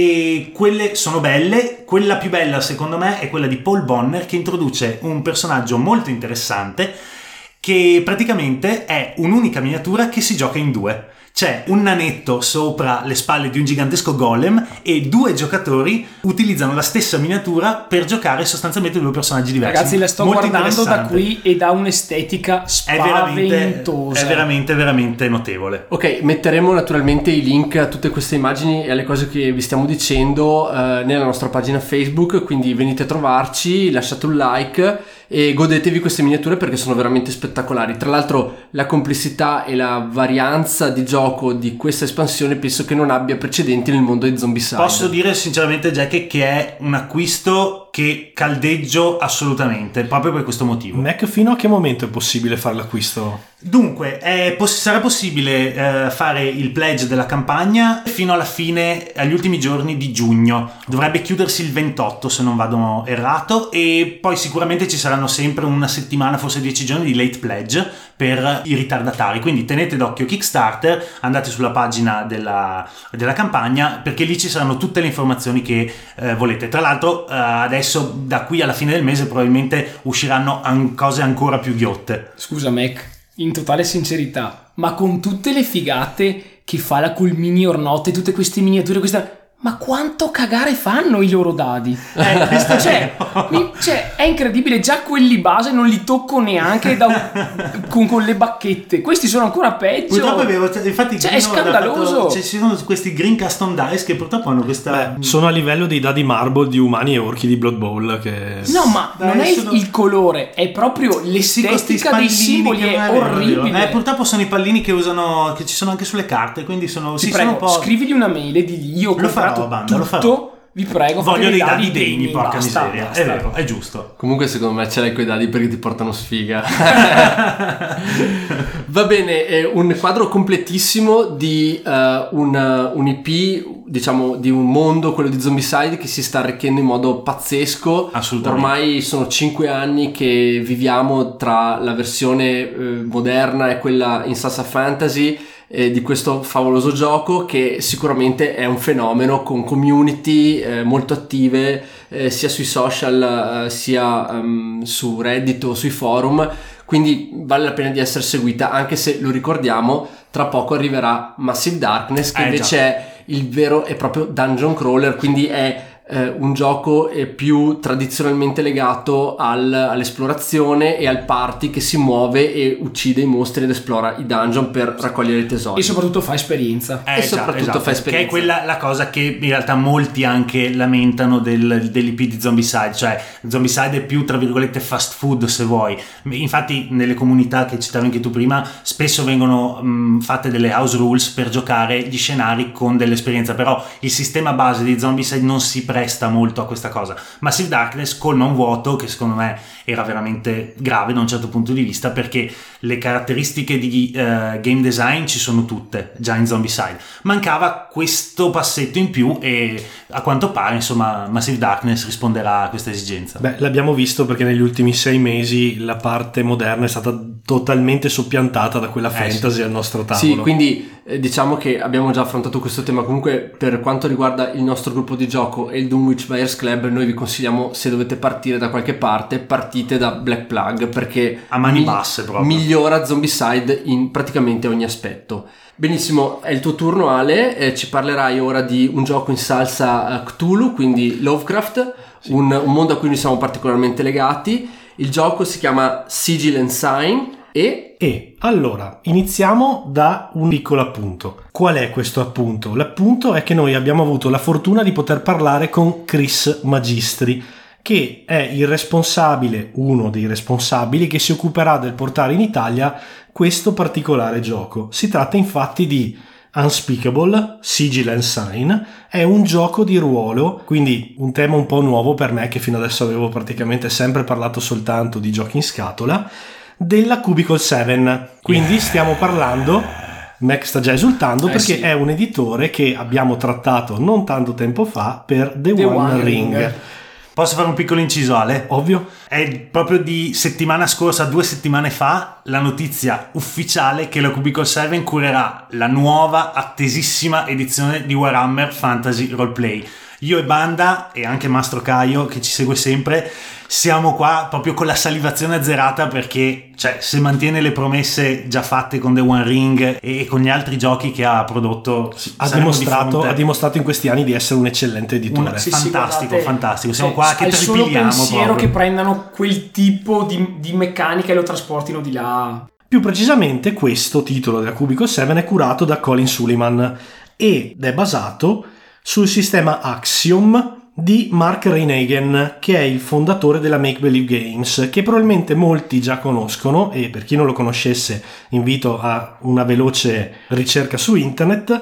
e quelle sono belle. Quella più bella secondo me è quella di Paul Bonner, che introduce un personaggio molto interessante, che praticamente è un'unica miniatura che si gioca in due. C'è un nanetto sopra le spalle di un gigantesco golem e due giocatori utilizzano la stessa miniatura per giocare sostanzialmente due personaggi diversi. Ragazzi, la sto Molto guardando da interessante. qui ed ha un'estetica È veramente, spaventosa. è veramente, veramente notevole. Ok, metteremo naturalmente i link a tutte queste immagini e alle cose che vi stiamo dicendo eh, nella nostra pagina Facebook, quindi venite a trovarci, lasciate un like e godetevi queste miniature perché sono veramente spettacolari. Tra l'altro la complessità e la varianza di gioco di questa espansione penso che non abbia precedenti nel mondo di Zombicide. Posso dire sinceramente, Jack, che è un acquisto che caldeggio assolutamente, proprio per questo motivo. Mac, fino a che momento è possibile fare l'acquisto? Dunque, è poss- sarà possibile eh, fare il pledge della campagna fino alla fine, agli ultimi giorni di giugno. Dovrebbe chiudersi il ventotto, se non vado errato, e poi sicuramente ci saranno sempre una settimana, forse dieci giorni di late pledge per i ritardatari. Quindi tenete d'occhio Kickstarter, andate sulla pagina della, della campagna, perché lì ci saranno tutte le informazioni che eh, volete. Tra l'altro eh, adesso, da qui alla fine del mese, probabilmente usciranno an- cose ancora più ghiotte. Scusa Mac, in totale sincerità, ma con tutte le figate che fa la col mini ornotte, tutte queste miniature, questa... ma quanto cagare fanno i loro dadi? Eh, questo cioè, mi, cioè, è incredibile, già quelli base non li tocco neanche da, con, con le bacchette. Questi sono ancora peggio. Purtroppo è vero, infatti cioè, è scandaloso. Fatto, cioè, ci sono questi green custom dice che purtroppo hanno questa... Beh, sono a livello dei dadi marble di umani e orchi di Blood Bowl che... No, ma Dai, non è sono... il colore, è proprio l'estetica dei simboli, è orribile. Eh, purtroppo sono i pallini che usano, che ci sono anche sulle carte, quindi sono... Ti sì, prego, sono un po'... scrivigli una mail e digli io ho Lo farò, comprato banda, lo farò. tutto, vi prego, voglio fatemi dei dadi degni, degni, porca basta, miseria, basta. è vero, è giusto. Comunque secondo me ce l'hai coi dadi perché ti portano sfiga. Va bene, è un quadro completissimo di uh, un, un I P, diciamo di un mondo, quello di Zombicide, che si sta arricchendo in modo pazzesco. Assolutamente. Ormai sono cinque anni che viviamo tra la versione eh, moderna e quella in salsa fantasy eh, di questo favoloso gioco, che sicuramente è un fenomeno, con community eh, molto attive eh, sia sui social eh, sia um, su Reddit o sui forum, quindi vale la pena di essere seguita, anche se lo ricordiamo, tra poco arriverà Massive Darkness, che eh, invece già. è il vero e proprio dungeon crawler, quindi è eh, un gioco eh, più tradizionalmente legato al, all'esplorazione e al party che si muove e uccide i mostri ed esplora i dungeon per raccogliere i tesori. E soprattutto fa esperienza. E soprattutto esatto, fa esperienza. Che è quella la cosa che in realtà molti anche lamentano del, dell'I P di Zombicide, cioè Zombicide è più tra virgolette fast food, se vuoi. Infatti nelle comunità che citavi anche tu prima spesso vengono mh, fatte delle house rules per giocare gli scenari con dell'esperienza, però il sistema base di Zombicide non si presta molto a questa cosa. Massive Darkness colma un vuoto che secondo me era veramente grave da un certo punto di vista, perché le caratteristiche di uh, game design ci sono tutte già in Zombicide, mancava questo passetto in più e a quanto pare insomma Massive Darkness risponderà a questa esigenza. Beh, l'abbiamo visto perché negli ultimi sei mesi la parte moderna è stata totalmente soppiantata da quella Eh, fantasy sì. al nostro tavolo. Sì, quindi eh, diciamo che abbiamo già affrontato questo tema. Comunque, per quanto riguarda il nostro gruppo di gioco e il Dunwich Buyers Club, noi vi consigliamo, se dovete partire da qualche parte, partite da Black Plug, perché A mani mi- basse proprio. migliora Zombicide in praticamente ogni aspetto. Benissimo, è il tuo turno, Ale, eh, ci parlerai ora di un gioco in salsa eh, Cthulhu, quindi Lovecraft, un, un mondo a cui noi siamo particolarmente legati. Il gioco si chiama Sigil and Sign e... E allora, iniziamo da un piccolo appunto. Qual è questo appunto? L'appunto è che noi abbiamo avuto la fortuna di poter parlare con Chris Magistri, che è il responsabile, uno dei responsabili, che si occuperà del portare in Italia questo particolare gioco. Si tratta infatti di Unspeakable, Sigil and Sign. È un gioco di ruolo, quindi un tema un po' nuovo per me, che fino adesso avevo praticamente sempre parlato soltanto di giochi in scatola, della Cubicle sette. Quindi stiamo parlando, Mac sta già esultando, Eh perché sì. è un editore che abbiamo trattato non tanto tempo fa per The, The One, One Ring. Ring. Posso fare un piccolo inciso, Ale? Ovvio. È proprio di settimana scorsa, due settimane fa, la notizia ufficiale che la Cubicle sette curerà la nuova, attesissima edizione di Warhammer Fantasy Roleplay. Io e Banda, e anche Mastro Caio, che ci segue sempre, siamo qua proprio con la salivazione azzerata, perché cioè, se mantiene le promesse già fatte con The One Ring e con gli altri giochi che ha prodotto, Ha saremo di dimostrato, fronte- ha dimostrato in questi anni di essere un eccellente editore. Un- Sì, sì, fantastico, guardate, fantastico. Siamo cioè, qua che al solo tripiliamo pensiero proprio. che prendano quel tipo di, di meccanica e lo trasportino di là. Più precisamente, questo titolo della Cubicle sette è curato da Colin Suleiman ed è basato sul sistema Axiom di Mark Reinagen, che è il fondatore della Make Believe Games, che probabilmente molti già conoscono, e per chi non lo conoscesse invito a una veloce ricerca su internet.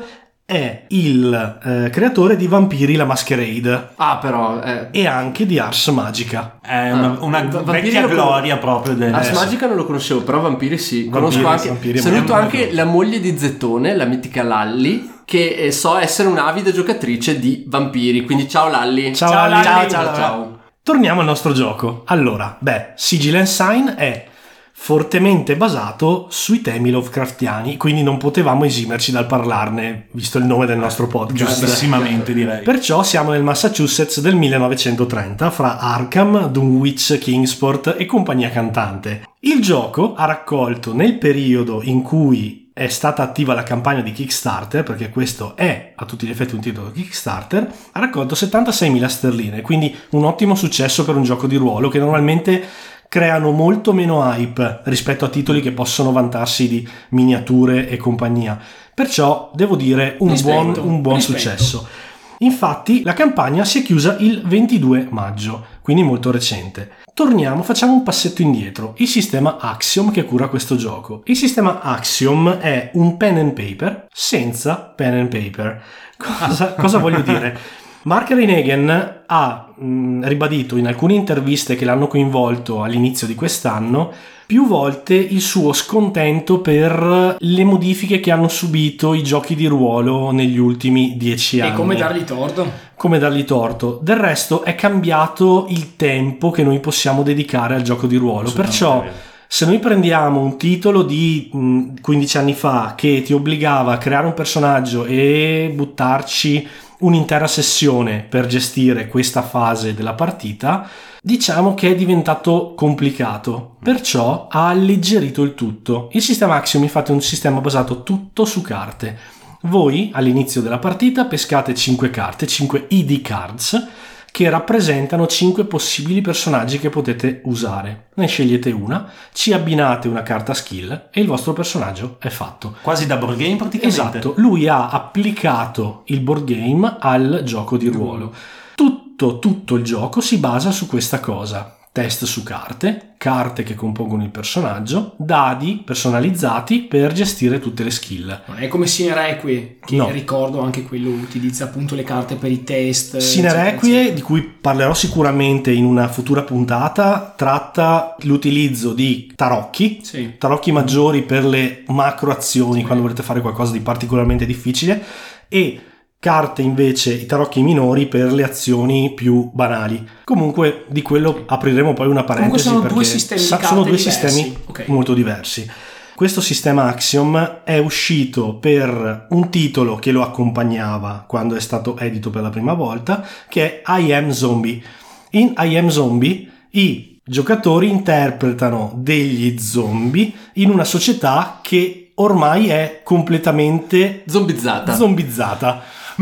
è il eh, creatore di Vampiri la Masquerade. Ah, però eh. E anche di Ars Magica. È una, Ah, una Va- vecchia Vampiri lo gloria proprio del... Ars Magica non lo conoscevo, però Vampiri sì. Vampiri, Conosco anche. Vampiri è Saluto molto anche bello. la moglie di Zettone, la mitica Lalli, che eh, so essere un'avida giocatrice di Vampiri. Quindi ciao Lalli. Ciao, Ciao, Lalli. Lalli. ciao. ciao. ciao. Torniamo al nostro gioco. Allora, beh, Sigil and Sign è fortemente basato sui temi Lovecraftiani, quindi non potevamo esimerci dal parlarne, visto il nome del nostro podcast. Giustissimamente, direi. Perciò siamo nel Massachusetts del millenovecentotrenta, fra Arkham, Dunwich, Kingsport e compagnia cantante. Il gioco ha raccolto, nel periodo in cui è stata attiva la campagna di Kickstarter, perché questo è a tutti gli effetti un titolo Kickstarter, ha raccolto settantaseimila sterline, quindi un ottimo successo per un gioco di ruolo che normalmente creano molto meno hype rispetto a titoli che possono vantarsi di miniature e compagnia. Perciò devo dire un Rispetto, buon, un buon rispetto. successo. Infatti la campagna si è chiusa il ventidue maggio, quindi molto recente. Torniamo, facciamo un passetto indietro. Il sistema Axiom che cura questo gioco. Il sistema Axiom è un pen and paper senza pen and paper. Cosa, cosa voglio dire? Mark Renegan ha mh, ribadito in alcune interviste che l'hanno coinvolto all'inizio di quest'anno più volte il suo scontento per le modifiche che hanno subito i giochi di ruolo negli ultimi dieci anni. E come dargli torto? Come dargli torto. Del resto è cambiato il tempo che noi possiamo dedicare al gioco di ruolo, perciò se noi prendiamo un titolo di mh, quindici anni fa che ti obbligava a creare un personaggio e buttarci un'intera sessione per gestire questa fase della partita, diciamo che è diventato complicato, perciò ha alleggerito il tutto. Il sistema Axiom infatti è un sistema basato tutto su carte. Voi all'inizio della partita pescate cinque carte, cinque I D cards, che rappresentano cinque possibili personaggi che potete usare. Ne scegliete una, ci abbinate una carta skill e il vostro personaggio è fatto. Quasi da board game praticamente. Esatto, lui ha applicato il board game al gioco di ruolo. Tutto, tutto il gioco si basa su questa cosa. Test su carte, carte che compongono il personaggio, dadi personalizzati per gestire tutte le skill. Non è come Sinerequie, che No. ricordo anche quello utilizza appunto le carte per i test. Sinerequie, di cui parlerò sicuramente in una futura puntata, tratta l'utilizzo di tarocchi, Sì. tarocchi maggiori per le macro azioni quando volete fare qualcosa di particolarmente difficile, e carte invece, i tarocchi minori per le azioni più banali. Comunque di quello apriremo poi una parentesi. sono perché due sistemi di sa- carte sono due diversi. sistemi Ok. molto diversi. Questo sistema Axiom è uscito per un titolo che lo accompagnava quando è stato edito per la prima volta, che è I Am Zombie. In I Am Zombie i giocatori interpretano degli zombie in una società che ormai è completamente Zombizzata. zombizzata.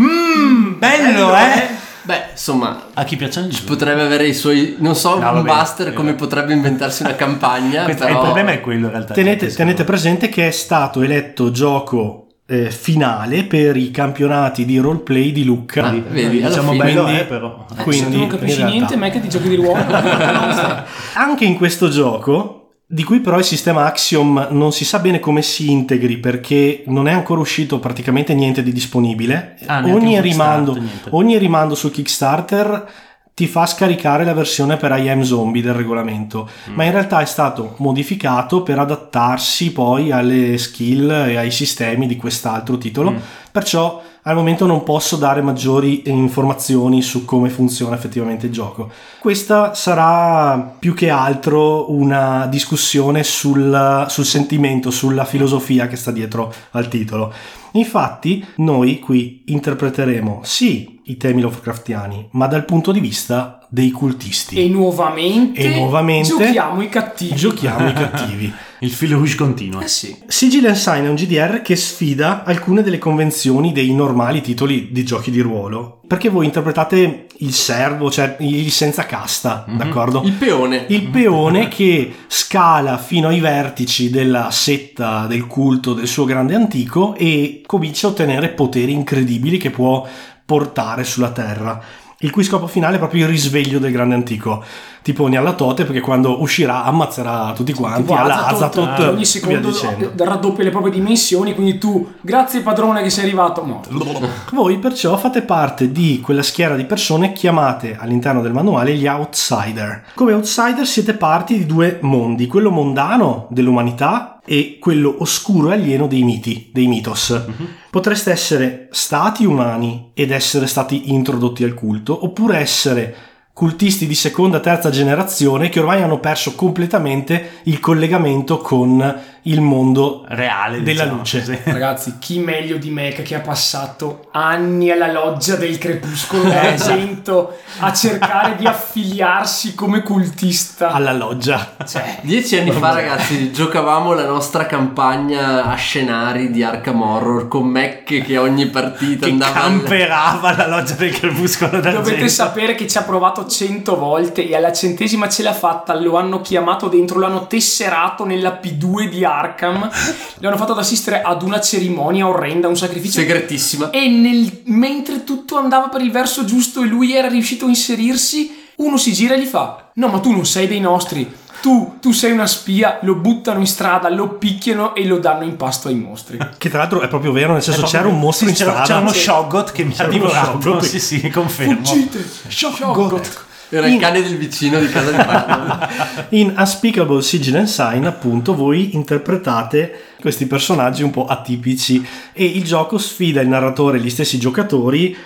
Mmm, bello, eh? Beh, insomma, A chi piacciono i giochi? potrebbe avere i suoi. Non so, No, un vabbè, Buster eh, come vabbè. potrebbe inventarsi una campagna. Questo- però... Il problema è quello in realtà. Tenete, Sì, tenete sì. presente che è stato eletto gioco eh, finale per i campionati di roleplay di Lucca. Ah, vedi, alla Diciamo fine. bello, Quindi- eh, però. Eh, Quindi, se tu non in capisci realtà- niente, ma è che di giochi di ruolo. Anche in questo gioco, di cui però il sistema Axiom non si sa bene come si integri, perché non è ancora uscito praticamente niente di disponibile. Ah, neanche ogni, un rimando, Kickstarter, niente. ogni rimando su Kickstarter ti fa scaricare la versione per I Am Zombie del regolamento, Mm. ma in realtà è stato modificato per adattarsi poi alle skill e ai sistemi di quest'altro titolo, Mm. perciò al momento non posso dare maggiori informazioni su come funziona effettivamente il gioco. Questa sarà più che altro una discussione sul, sul sentimento, sulla filosofia che sta dietro al titolo. Infatti noi qui interpreteremo sì i temi Lovecraftiani, ma dal punto di vista dei cultisti. E nuovamente, E nuovamente giochiamo i cattivi. Giochiamo i cattivi. Il fil rouge continua. Eh sì. Sigil and Sign è un G D R che sfida alcune delle convenzioni dei normali titoli di giochi di ruolo, perché voi interpretate il servo, cioè il senza casta, d'accordo? Il peone. Il peone che scala fino ai vertici della setta del culto del suo grande antico e comincia a ottenere poteri incredibili che può portare sulla terra. il cui scopo finale è proprio il risveglio del grande antico, tipo Nyarlathotep, perché quando uscirà ammazzerà tutti quanti, Tipo alla Azathoth, Azathoth, ogni secondo raddoppia le proprie dimensioni, quindi tu, grazie padrone che sei arrivato, morto. Voi perciò fate parte di quella schiera di persone chiamate all'interno del manuale gli outsider. Come outsider siete parti di due mondi, quello mondano dell'umanità e quello oscuro e alieno dei miti, dei mitos. Uh-huh. Potreste essere stati umani ed essere stati introdotti al culto, oppure essere cultisti di seconda, terza generazione che ormai hanno perso completamente il collegamento con il mondo reale della diciamo, luce. Sì. Ragazzi, chi meglio di me che ha passato anni alla loggia del crepuscolo d'argento a cercare di affiliarsi come cultista alla loggia. Cioè, Dieci anni fa, ragazzi, giocavamo la nostra campagna a scenari di Arkham Horror con Mac che ogni partita che andava camperava alla loggia del crepuscolo d'argento. Dovete sapere che ci ha provato cento volte e alla centesima ce l'ha fatta, lo hanno chiamato dentro, lo hanno tesserato nella P due di Arkham, lo hanno fatto ad assistere ad una cerimonia orrenda, un sacrificio segretissima, e nel, mentre tutto andava per il verso giusto e lui era riuscito a inserirsi, uno si gira e gli fa: no, ma tu non sei dei nostri, tu, tu sei una spia. Lo buttano in strada, lo picchiano e lo danno in pasto ai mostri. Che tra l'altro è proprio vero, nel senso proprio, c'era un mostro sì, in c'era, strada, c'era uno sì. Shoggoth che mi ha divorato. Sì, sì, confermo. Fuggite, Shoggoth. Era il cane del vicino di casa di Batman. In Unspeakable Sigil and Sign, appunto, voi interpretate questi personaggi un po' atipici e il gioco sfida il narratore e gli stessi giocatori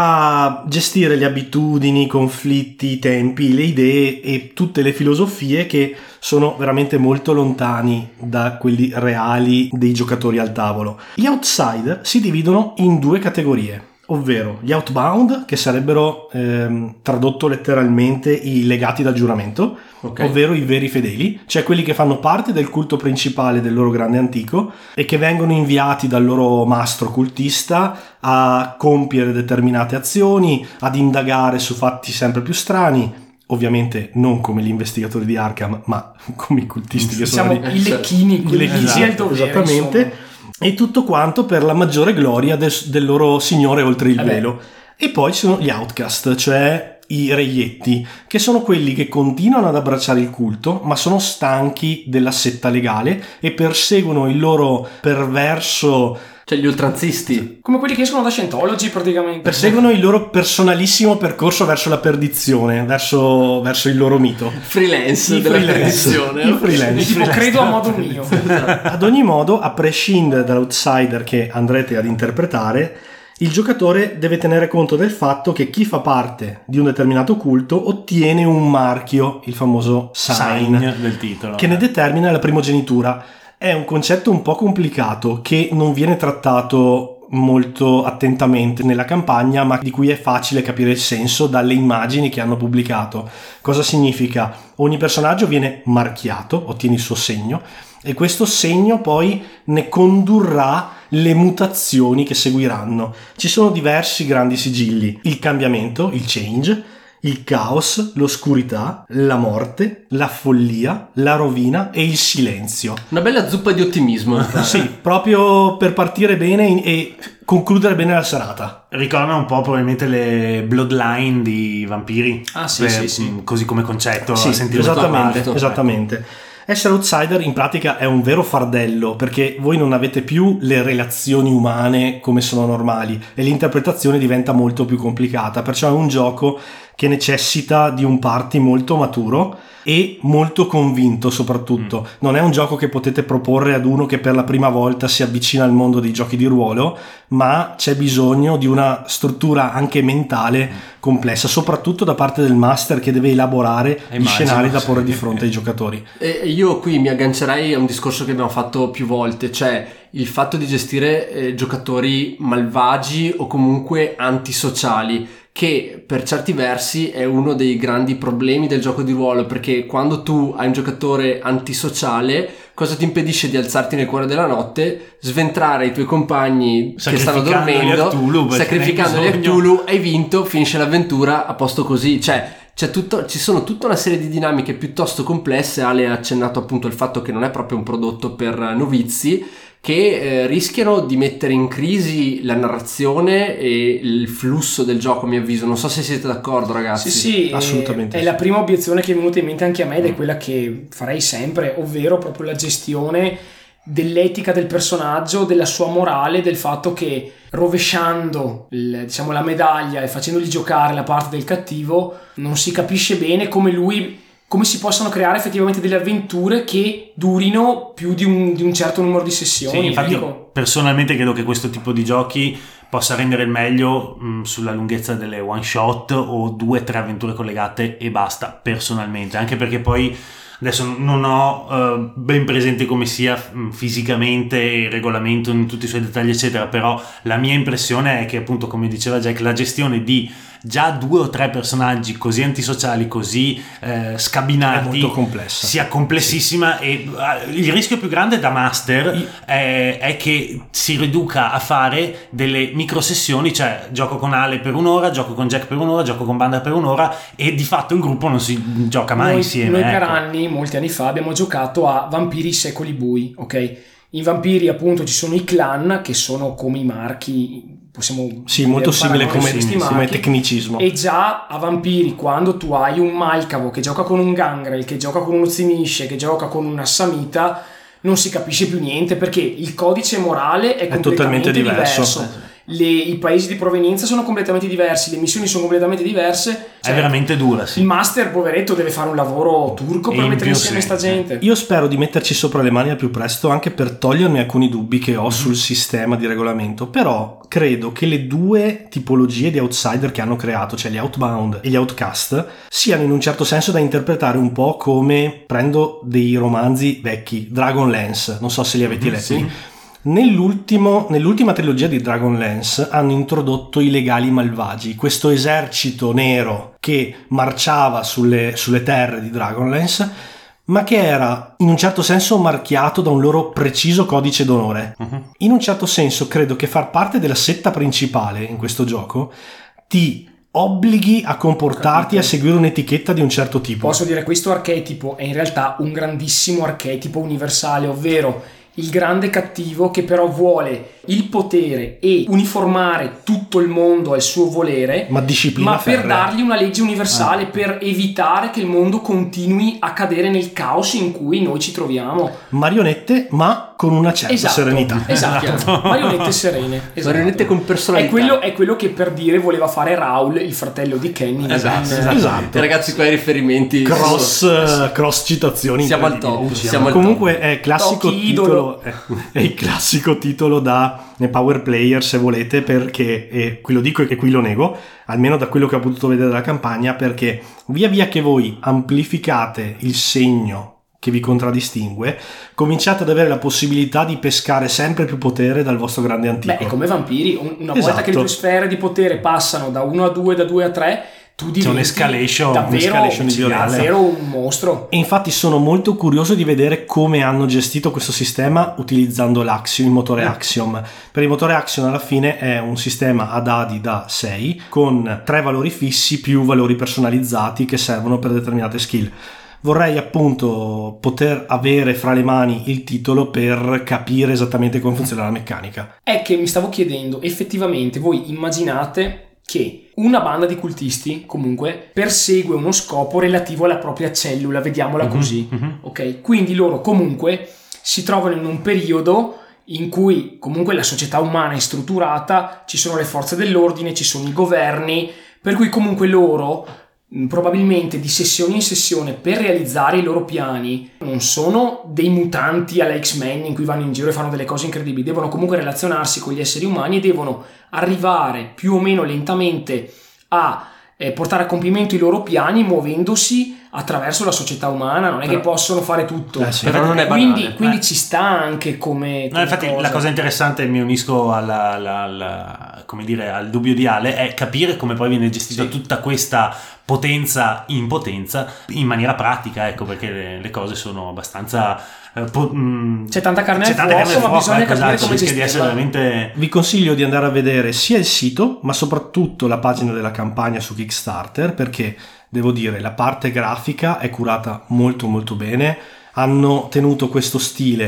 a gestire le abitudini, i conflitti, i tempi, le idee e tutte le filosofie che sono veramente molto lontani da quelli reali dei giocatori al tavolo. Gli outsider si dividono in due categorie, ovvero gli outbound, che sarebbero ehm, tradotto letteralmente i legati dal giuramento, okay. Ovvero i veri fedeli, cioè quelli che fanno parte del culto principale del loro grande antico e che vengono inviati dal loro mastro cultista a compiere determinate azioni, ad indagare su fatti sempre più strani, ovviamente non come gli investigatori di Arkham, ma come i cultisti che Siamo sono i lecchini, i lecchini, esatto, il dovere, esattamente. Insomma. E tutto quanto per la maggiore gloria del, del loro signore oltre il eh velo. E poi ci sono gli outcast, cioè i reietti, che sono quelli che continuano ad abbracciare il culto, ma sono stanchi della setta legale e perseguono il loro perverso... Cioè gli oltranzisti. Come quelli che escono da Scientology praticamente. Perseguono il loro personalissimo percorso verso la perdizione, verso, verso il loro mito. Freelance I della freelance. perdizione. I freelance. Tipo credo a modo mio. Ad ogni modo, a prescindere dall'outsider che andrete ad interpretare, il giocatore deve tenere conto del fatto che chi fa parte di un determinato culto ottiene un marchio, il famoso sign, sign del titolo, che ne determina la primogenitura. È un concetto un po' complicato che non viene trattato molto attentamente nella campagna, ma di cui è facile capire il senso dalle immagini che hanno pubblicato. Cosa significa? Ogni personaggio viene marchiato, ottiene il suo segno, e questo segno poi ne condurrà le mutazioni che seguiranno. Ci sono diversi grandi sigilli: il cambiamento, il change, il caos, l'oscurità, la morte, la follia, la rovina e il silenzio. Una bella zuppa di ottimismo. Sì, proprio per partire bene in- e concludere bene la serata. Ricorda un po' probabilmente le Bloodline di vampiri. Ah, sì, per- sì, sì. Così come concetto. Sì, sentirlo esattamente, parlare. esattamente. Essere outsider in pratica è un vero fardello, perché voi non avete più le relazioni umane come sono normali e l'interpretazione diventa molto più complicata, perciò è un gioco che necessita di un party molto maturo e molto convinto soprattutto. Mm. Non è un gioco che potete proporre ad uno che per la prima volta si avvicina al mondo dei giochi di ruolo, ma c'è bisogno di una struttura anche mentale complessa, soprattutto da parte del master che deve elaborare gli Immagino, scenari da sì. porre di fronte ai giocatori. E io qui mi aggancerei a un discorso che abbiamo fatto più volte, cioè il fatto di gestire eh, giocatori malvagi o comunque antisociali, che per certi versi è uno dei grandi problemi del gioco di ruolo, perché quando tu hai un giocatore antisociale, cosa ti impedisce di alzarti nel cuore della notte, sventrare i tuoi compagni che stanno dormendo, a Cthulhu, sacrificandoli a Cthulhu, hai vinto, finisce l'avventura a posto così. Cioè c'è tutto, ci sono tutta una serie di dinamiche piuttosto complesse. Ale ha accennato appunto il fatto che non è proprio un prodotto per novizi, che eh, rischiano di mettere in crisi la narrazione e il flusso del gioco, a mio avviso. Non so se siete d'accordo, ragazzi. Sì, sì, assolutamente. È, sì. è la prima obiezione che è venuta in mente anche a me ed è quella che farei sempre, ovvero proprio la gestione dell'etica del personaggio, della sua morale, del fatto che rovesciando il, diciamo, la medaglia e facendogli giocare la parte del cattivo non si capisce bene come lui come si possano creare effettivamente delle avventure che durino più di un, di un certo numero di sessioni. Sì, infatti dico. io personalmente credo che questo tipo di giochi possa rendere il meglio mh, sulla lunghezza delle one shot o due o tre avventure collegate e basta, personalmente, anche perché poi adesso non ho uh, ben presente come sia f- fisicamente il regolamento in tutti i suoi dettagli eccetera, però la mia impressione è che appunto, come diceva Jack, la gestione di già due o tre personaggi così antisociali, così eh, scabinati, è molto complessa, sia complessissima, sì. E uh, il rischio più grande da master I... è, è che si riduca a fare delle micro sessioni, cioè gioco con Ale per un'ora, gioco con Jack per un'ora, gioco con Banda per un'ora e di fatto il gruppo non si gioca mai noi, insieme. Noi ecco. per anni, molti anni fa, abbiamo giocato a Vampiri Secoli Bui, ok? In Vampiri appunto ci sono i clan che sono come i marchi, possiamo sì, molto simile come, sì, come tecnicismo. E già a Vampiri, quando tu hai un Malcavo che gioca con un Gangrel, che gioca con uno Zimisce, che gioca con un Assamita, non si capisce più niente perché il codice morale è, è completamente totalmente diverso, diverso. Le, i paesi di provenienza sono completamente diversi, le missioni sono completamente diverse, cioè, è veramente dura, sì. Il master poveretto deve fare un lavoro turco per in mettere più, insieme sì, sta gente. Io spero di metterci sopra le mani al più presto, anche per togliermi alcuni dubbi che ho mm-hmm. sul sistema di regolamento, però credo che le due tipologie di outsider che hanno creato, cioè gli Outbound e gli Outcast, siano in un certo senso da interpretare un po' come, prendo dei romanzi vecchi, Dragonlance, non so se li avete letti. Sì. Nell'ultimo, nell'ultima trilogia di Dragonlance hanno introdotto i legali malvagi, questo esercito nero che marciava sulle, sulle terre di Dragonlance, ma che era in un certo senso marchiato da un loro preciso codice d'onore. Uh-huh. In un certo senso credo che far parte della setta principale in questo gioco ti obblighi a comportarti e a seguire un'etichetta di un certo tipo. Posso dire, questo archetipo è in realtà un grandissimo archetipo universale, ovvero il grande cattivo che però vuole il potere e uniformare tutto il mondo al suo volere, ma disciplina ma per ferrea. dargli una legge universale, ah. per evitare che il mondo continui a cadere nel caos in cui noi ci troviamo. Marionette, ma con una certa esatto, serenità. Esatto, marionette serene. Esatto. Marionette con personalità. È quello, è quello che per dire voleva fare Raul, il fratello di Kenny. Esatto, esatto. esatto. E ragazzi, qua i riferimenti cross, uh, cross citazioni. Siamo al top. Siamo al Comunque top. è classico Tocchi titolo, è, è il classico titolo da power player, se volete, perché, e qui lo dico e qui lo nego, almeno da quello che ho potuto vedere dalla campagna, perché via via che voi amplificate il segno che vi contraddistingue, cominciate ad avere la possibilità di pescare sempre più potere dal vostro grande antico. Beh, è come Vampiri, una volta esatto. che le tue sfere di potere passano da uno a due, da due a tre, tu diventi un'escalation, davvero, un'escalation davvero un mostro. E infatti sono molto curioso di vedere come hanno gestito questo sistema utilizzando l'Axiom, il motore Axiom. Per il motore Axiom alla fine è un sistema a dadi da sei con tre valori fissi più valori personalizzati che servono per determinate skill. Vorrei appunto poter avere fra le mani il titolo per capire esattamente come funziona la meccanica. È che mi stavo chiedendo, effettivamente voi immaginate che una banda di cultisti comunque persegue uno scopo relativo alla propria cellula, vediamola mm-hmm, così, mm-hmm. ok? Quindi loro comunque si trovano in un periodo in cui comunque la società umana è strutturata, ci sono le forze dell'ordine, ci sono i governi, per cui comunque loro probabilmente di sessione in sessione per realizzare i loro piani non sono dei mutanti alla X-Men in cui vanno in giro e fanno delle cose incredibili, devono comunque relazionarsi con gli esseri umani e devono arrivare più o meno lentamente a eh, portare a compimento i loro piani muovendosi attraverso la società umana, non è però, che possono fare tutto, eh sì, però non è banale, quindi, quindi eh. ci sta anche come, come no, infatti cosa. La cosa interessante, mi unisco alla, alla, alla, come dire, al dubbio di Ale, è capire come poi viene gestita sì. tutta questa potenza in potenza in maniera pratica, ecco, perché le, le cose sono abbastanza eh, po- mh, c'è tanta carne c'è al tanta fuoco, carne ma bisogna ecco, capire esatto, come rischia di essere veramente... Vi consiglio di andare a vedere sia il sito ma soprattutto la pagina della campagna su Kickstarter, perché devo dire la parte grafica è curata molto molto bene, hanno tenuto questo stile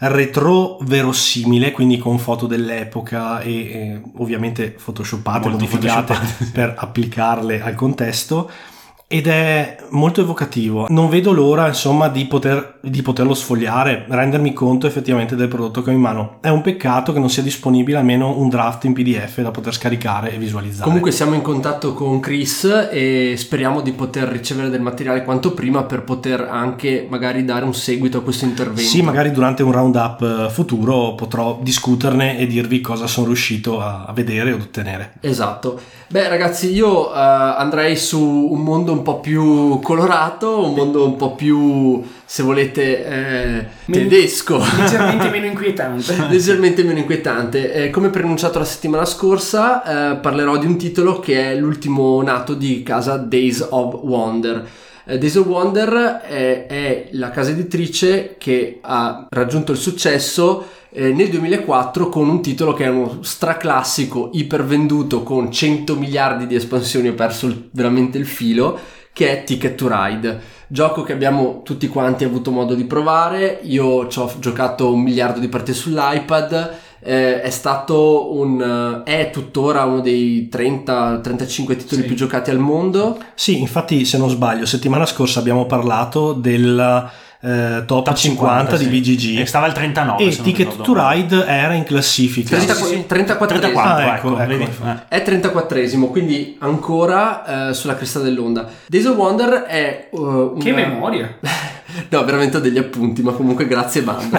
retro verosimile, quindi con foto dell'epoca e, e ovviamente photoshoppate, Molto modificate photoshoppate. per applicarle al contesto, ed è molto evocativo. Non vedo l'ora, insomma, di, poter, di poterlo sfogliare, rendermi conto effettivamente del prodotto che ho in mano. È un peccato che non sia disponibile almeno un draft in P D F da poter scaricare e visualizzare. Comunque siamo in contatto con Chris e speriamo di poter ricevere del materiale quanto prima per poter anche magari dare un seguito a questo intervento. Sì, magari durante un roundup futuro potrò discuterne e dirvi cosa sono riuscito a, a vedere o ad ottenere. Esatto. Beh ragazzi, io uh, andrei su un mondo un po' più colorato, un mondo un po' più, se volete, eh, Meno- tedesco. leggermente meno inquietante. Leggermente meno inquietante. Eh, come preannunciato la settimana scorsa, eh, parlerò di un titolo che è l'ultimo nato di casa Days of Wonder. Eh, Days of Wonder è, è la casa editrice che ha raggiunto il successo eh, nel duemilaquattro con un titolo che è uno straclassico ipervenduto con cento miliardi di espansioni. Ho perso il, veramente il filo, che è Ticket to Ride, gioco che abbiamo tutti quanti avuto modo di provare. Io ci ho giocato un miliardo di partite sull'iPad. Eh, è stato un è tuttora uno dei trenta trentacinque titoli Sì. più giocati al mondo. Sì, infatti, se non sbaglio, settimana scorsa abbiamo parlato del eh, top, Top cinquanta, cinquanta, di sì. B G G E stava al trentanove, e se non Ticket ricordo to male. Ride era in classifica. trenta sì, sì. trentaquattresimo. trentaquattro, Ah, ecco, ecco, ecco, vedi? infatti. Eh. È trentaquattresimo, quindi ancora eh, sulla cresta dell'onda. Days of Wonder è uh, una... Che memoria. No, veramente ho degli appunti, ma comunque grazie banda.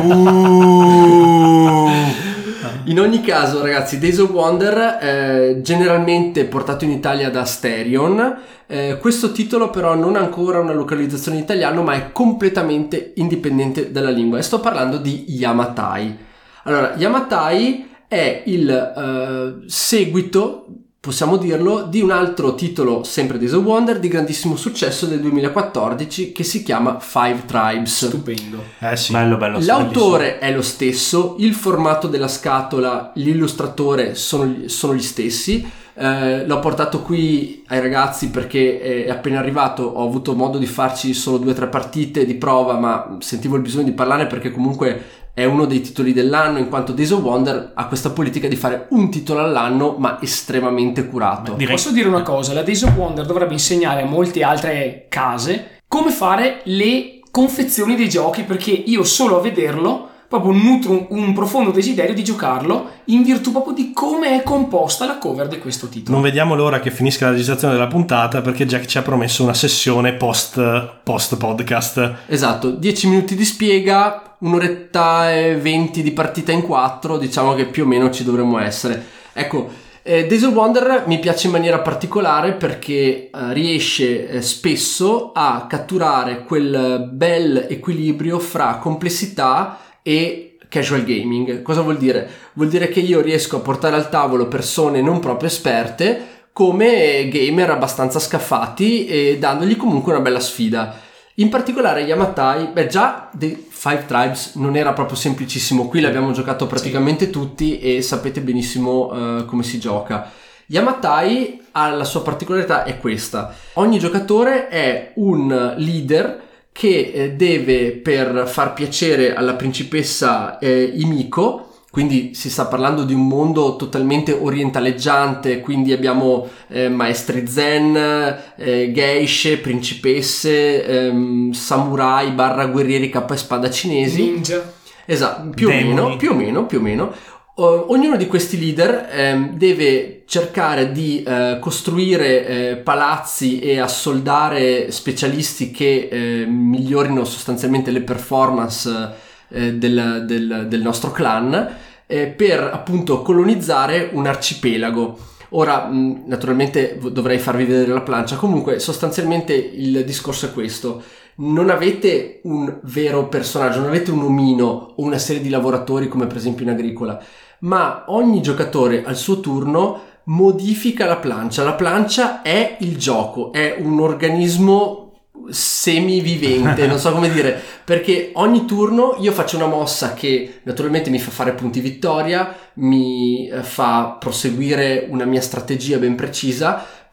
Uh. In ogni caso, ragazzi, Days of Wonder, eh, generalmente portato in Italia da Asterion. Eh, questo titolo però non ha ancora una localizzazione in italiano, ma è completamente indipendente dalla lingua. E sto parlando di Yamatai. Allora, Yamatai è il eh, seguito, possiamo dirlo, di un altro titolo, sempre Days of Wonder, di grandissimo successo del duemilaquattordici, che si chiama Five Tribes. Stupendo. Eh sì. Bello, bello. L'autore è lo stesso, il formato della scatola, l'illustratore sono, sono gli stessi. Eh, l'ho portato qui ai ragazzi perché è appena arrivato, ho avuto modo di farci solo due o tre partite di prova, ma sentivo il bisogno di parlare perché comunque è uno dei titoli dell'anno, in quanto Days of Wonder ha questa politica di fare un titolo all'anno, ma estremamente curato. Direi- Posso dire una cosa? La Days of Wonder dovrebbe insegnare a molte altre case come fare le confezioni dei giochi, perché io solo a vederlo proprio nutro un, un profondo desiderio di giocarlo in virtù proprio di come è composta la cover di questo titolo. Non vediamo l'ora che finisca la registrazione della puntata, perché Jack ci ha promesso una sessione post, post podcast. Esatto, dieci minuti di spiega, un'oretta e venti di partita in quattro, diciamo che più o meno ci dovremmo essere. Ecco, eh, Days of Wonder mi piace in maniera particolare perché eh, riesce eh, spesso a catturare quel bel equilibrio fra complessità e casual gaming. Cosa vuol dire? Vuol dire che io riesco a portare al tavolo persone non proprio esperte come gamer abbastanza scaffati e dandogli comunque una bella sfida. In particolare Yamatai, beh già The Five Tribes non era proprio semplicissimo, qui l'abbiamo giocato praticamente tutti e sapete benissimo uh, come si gioca. Yamatai ha la sua particolarità, è questa: ogni giocatore è un leader che eh, deve, per far piacere alla principessa eh, Himiko, quindi si sta parlando di un mondo totalmente orientaleggiante, quindi abbiamo eh, maestri zen, eh, geishe, principesse, ehm, samurai barra guerrieri capa e spada cinesi. Ninja. Esatto, più o Demoni. meno, più o meno, più o meno. Uh, ognuno di questi leader ehm, deve cercare di eh, costruire eh, palazzi e assoldare specialisti che eh, migliorino sostanzialmente le performance eh, del, del, del nostro clan eh, per appunto colonizzare un arcipelago. Ora mh, naturalmente dovrei farvi vedere la plancia, comunque sostanzialmente il discorso è questo: non avete un vero personaggio, non avete un omino o una serie di lavoratori come per esempio in agricola, ma ogni giocatore al suo turno modifica la plancia. La plancia è il gioco, è un organismo semivivente, non so come dire, perché ogni turno io faccio una mossa che naturalmente mi fa fare punti vittoria, mi fa proseguire una mia strategia ben precisa,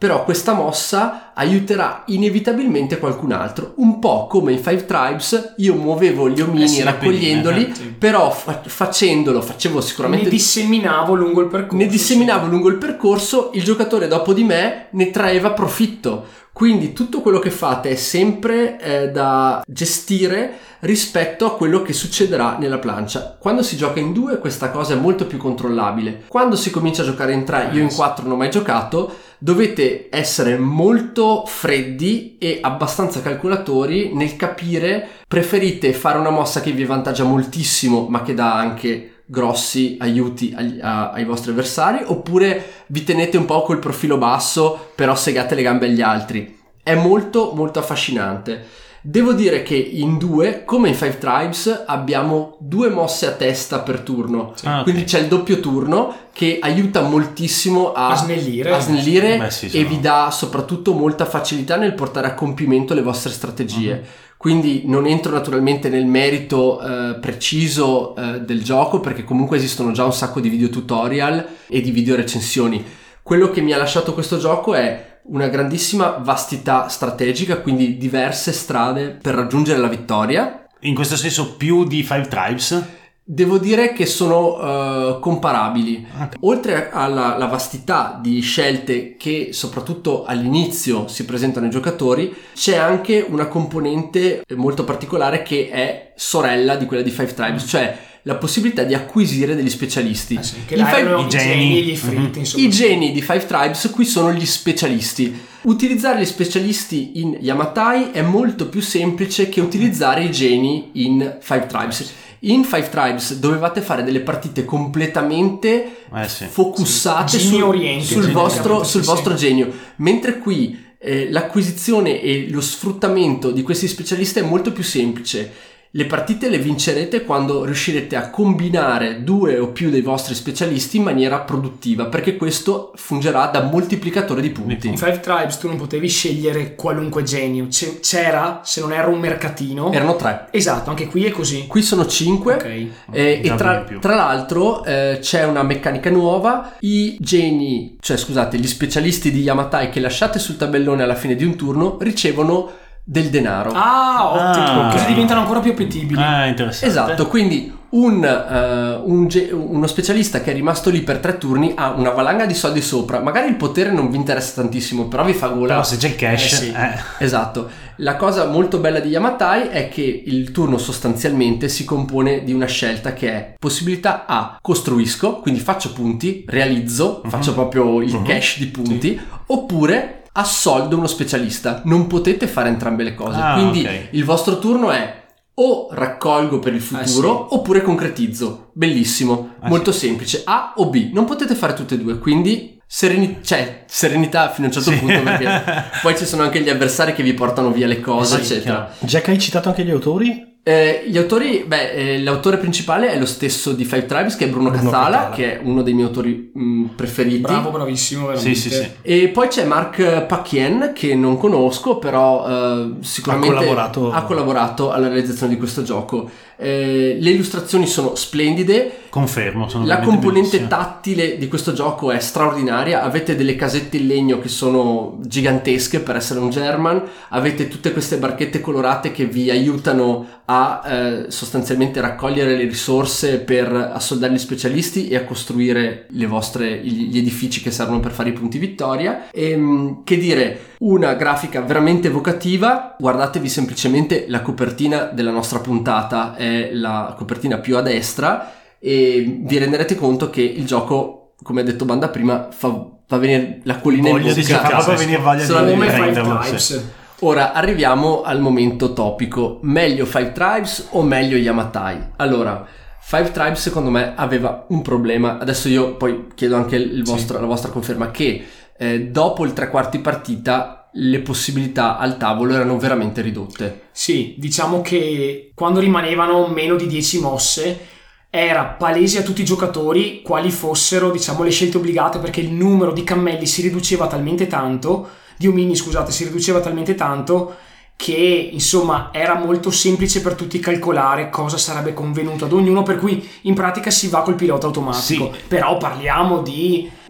però questa mossa aiuterà inevitabilmente qualcun altro, un po' come in Five Tribes io muovevo gli omini Eh sì, raccogliendoli, eh, sì. però fa- facendolo facevo sicuramente ne disseminavo lungo il percorso. ne disseminavo lungo il percorso, il giocatore dopo di me ne traeva profitto. Quindi tutto quello che fate è sempre eh, da gestire rispetto a quello che succederà nella plancia. Quando si gioca in due questa cosa è molto più controllabile. Quando si comincia a giocare in tre, io in quattro non ho mai giocato, dovete essere molto freddi e abbastanza calcolatori nel capire, preferite fare una mossa che vi avvantaggia moltissimo ma che dà anche grossi aiuti agli, a, ai vostri avversari, oppure vi tenete un po' col profilo basso però segate le gambe agli altri. È molto molto affascinante. Devo dire che in due, come in Five Tribes, abbiamo due mosse a testa per turno, Ah, ok. quindi c'è il doppio turno che aiuta moltissimo a, A snellire. a snellire Beh, sì, e sono- vi dà soprattutto molta facilità nel portare a compimento le vostre strategie. Quindi non entro naturalmente nel merito eh, preciso eh, del gioco, perché comunque esistono già un sacco di video tutorial e di video recensioni. Quello che mi ha lasciato questo gioco è una grandissima vastità strategica, quindi diverse strade per raggiungere la vittoria. In questo senso più di Five Tribes? Devo dire che sono eh, comparabili. Ok. Oltre alla, alla vastità di scelte che soprattutto all'inizio si presentano ai giocatori, c'è anche una componente molto particolare che è sorella di quella di Five Tribes, cioè la possibilità di acquisire degli specialisti. Eh sì, che In là Five- erano i i geni. geni e gli ifrit, insomma. I geni di Five Tribes qui sono gli specialisti. Utilizzare gli specialisti in Yamatai è molto più semplice che utilizzare i geni in Five Tribes. In Five Tribes dovevate fare delle partite completamente Eh sì. focussate Sì, geni sul, orienti, sul geni vostro, orienti, sul sì, vostro sì. genio, mentre qui eh, l'acquisizione e lo sfruttamento di questi specialisti è molto più semplice. Le partite le vincerete quando riuscirete a combinare due o più dei vostri specialisti in maniera produttiva, perché questo fungerà da moltiplicatore di punti. In Five Tribes tu non potevi scegliere qualunque genio, C- c'era, se non era un mercatino. Erano tre. Esatto, anche qui è così. Qui sono cinque. Ok. Eh, e Già tra, di più. tra l'altro eh, c'è una meccanica nuova. I geni, cioè scusate, gli specialisti di Yamatai che lasciate sul tabellone alla fine di un turno ricevono del denaro. Ah, ottimo, Ah, così ok. diventano ancora più appetibili. Ah, interessante. Esatto, quindi un, eh, un ge- uno specialista che è rimasto lì per tre turni ha una valanga di soldi sopra. Magari il potere non vi interessa tantissimo, però vi fa gola. Però se c'è il cash, Eh sì. eh. Esatto. La cosa molto bella di Yamatai è che il turno sostanzialmente si compone di una scelta che è possibilità A, costruisco, quindi faccio punti, realizzo, Mhm. faccio proprio il Mhm. cash di punti, oppure assoldo uno specialista. Non potete fare entrambe le cose, Ah, quindi ok. il vostro turno è o raccolgo per il futuro sì. oppure concretizzo. Bellissimo, Ah, molto semplice. A o B, non potete fare tutte e due, quindi sereni- cioè, serenità fino a un certo Sì. punto, perché poi ci sono anche gli avversari che vi portano via le cose, Eh sì, eccetera. Jack, hai citato anche gli autori? Eh, gli autori, beh, eh, l'autore principale è lo stesso di Five Tribes, che è Bruno, Bruno Cathala, Cathala. che è uno dei miei autori mh, preferiti. Bravo, bravissimo, veramente. Sì, sì, sì. E poi c'è Mark Pacquien, che non conosco, però eh, sicuramente Ha collaborato- ha collaborato alla realizzazione di questo gioco. Eh, le illustrazioni sono splendide. Confermo, sono La veramente componente bellissime. tattile di questo gioco è straordinaria. Avete delle casette in legno che sono gigantesche per essere un German. Avete tutte queste barchette colorate che vi aiutano a eh, sostanzialmente raccogliere le risorse per assoldare gli specialisti e a costruire le vostre, gli gli edifici che servono per fare i punti vittoria. E, mh, che dire, una grafica veramente evocativa. Guardatevi semplicemente la copertina della nostra puntata, è la copertina più a destra, e vi renderete conto che il gioco, come ha detto Banda prima, fa, fa venire l'acquolina in Voglia di bocca. Fa proprio venire voglia Sono di Come Five prenderlo. Tribes. Sì. Ora arriviamo al momento topico. Meglio Five Tribes o meglio Yamatai? Allora, Five Tribes secondo me aveva un problema. Adesso io poi chiedo anche il vostro- la vostra conferma, che eh, dopo il tre quarti partita le possibilità al tavolo erano veramente ridotte. Sì, diciamo che quando rimanevano meno di dieci mosse era palese a tutti i giocatori quali fossero, diciamo, le scelte obbligate, perché il numero di cammelli si riduceva talmente tanto, di omini scusate, si riduceva talmente tanto che insomma era molto semplice per tutti calcolare cosa sarebbe convenuto ad ognuno, per cui in pratica si va col pilota automatico. Sì. Però parliamo di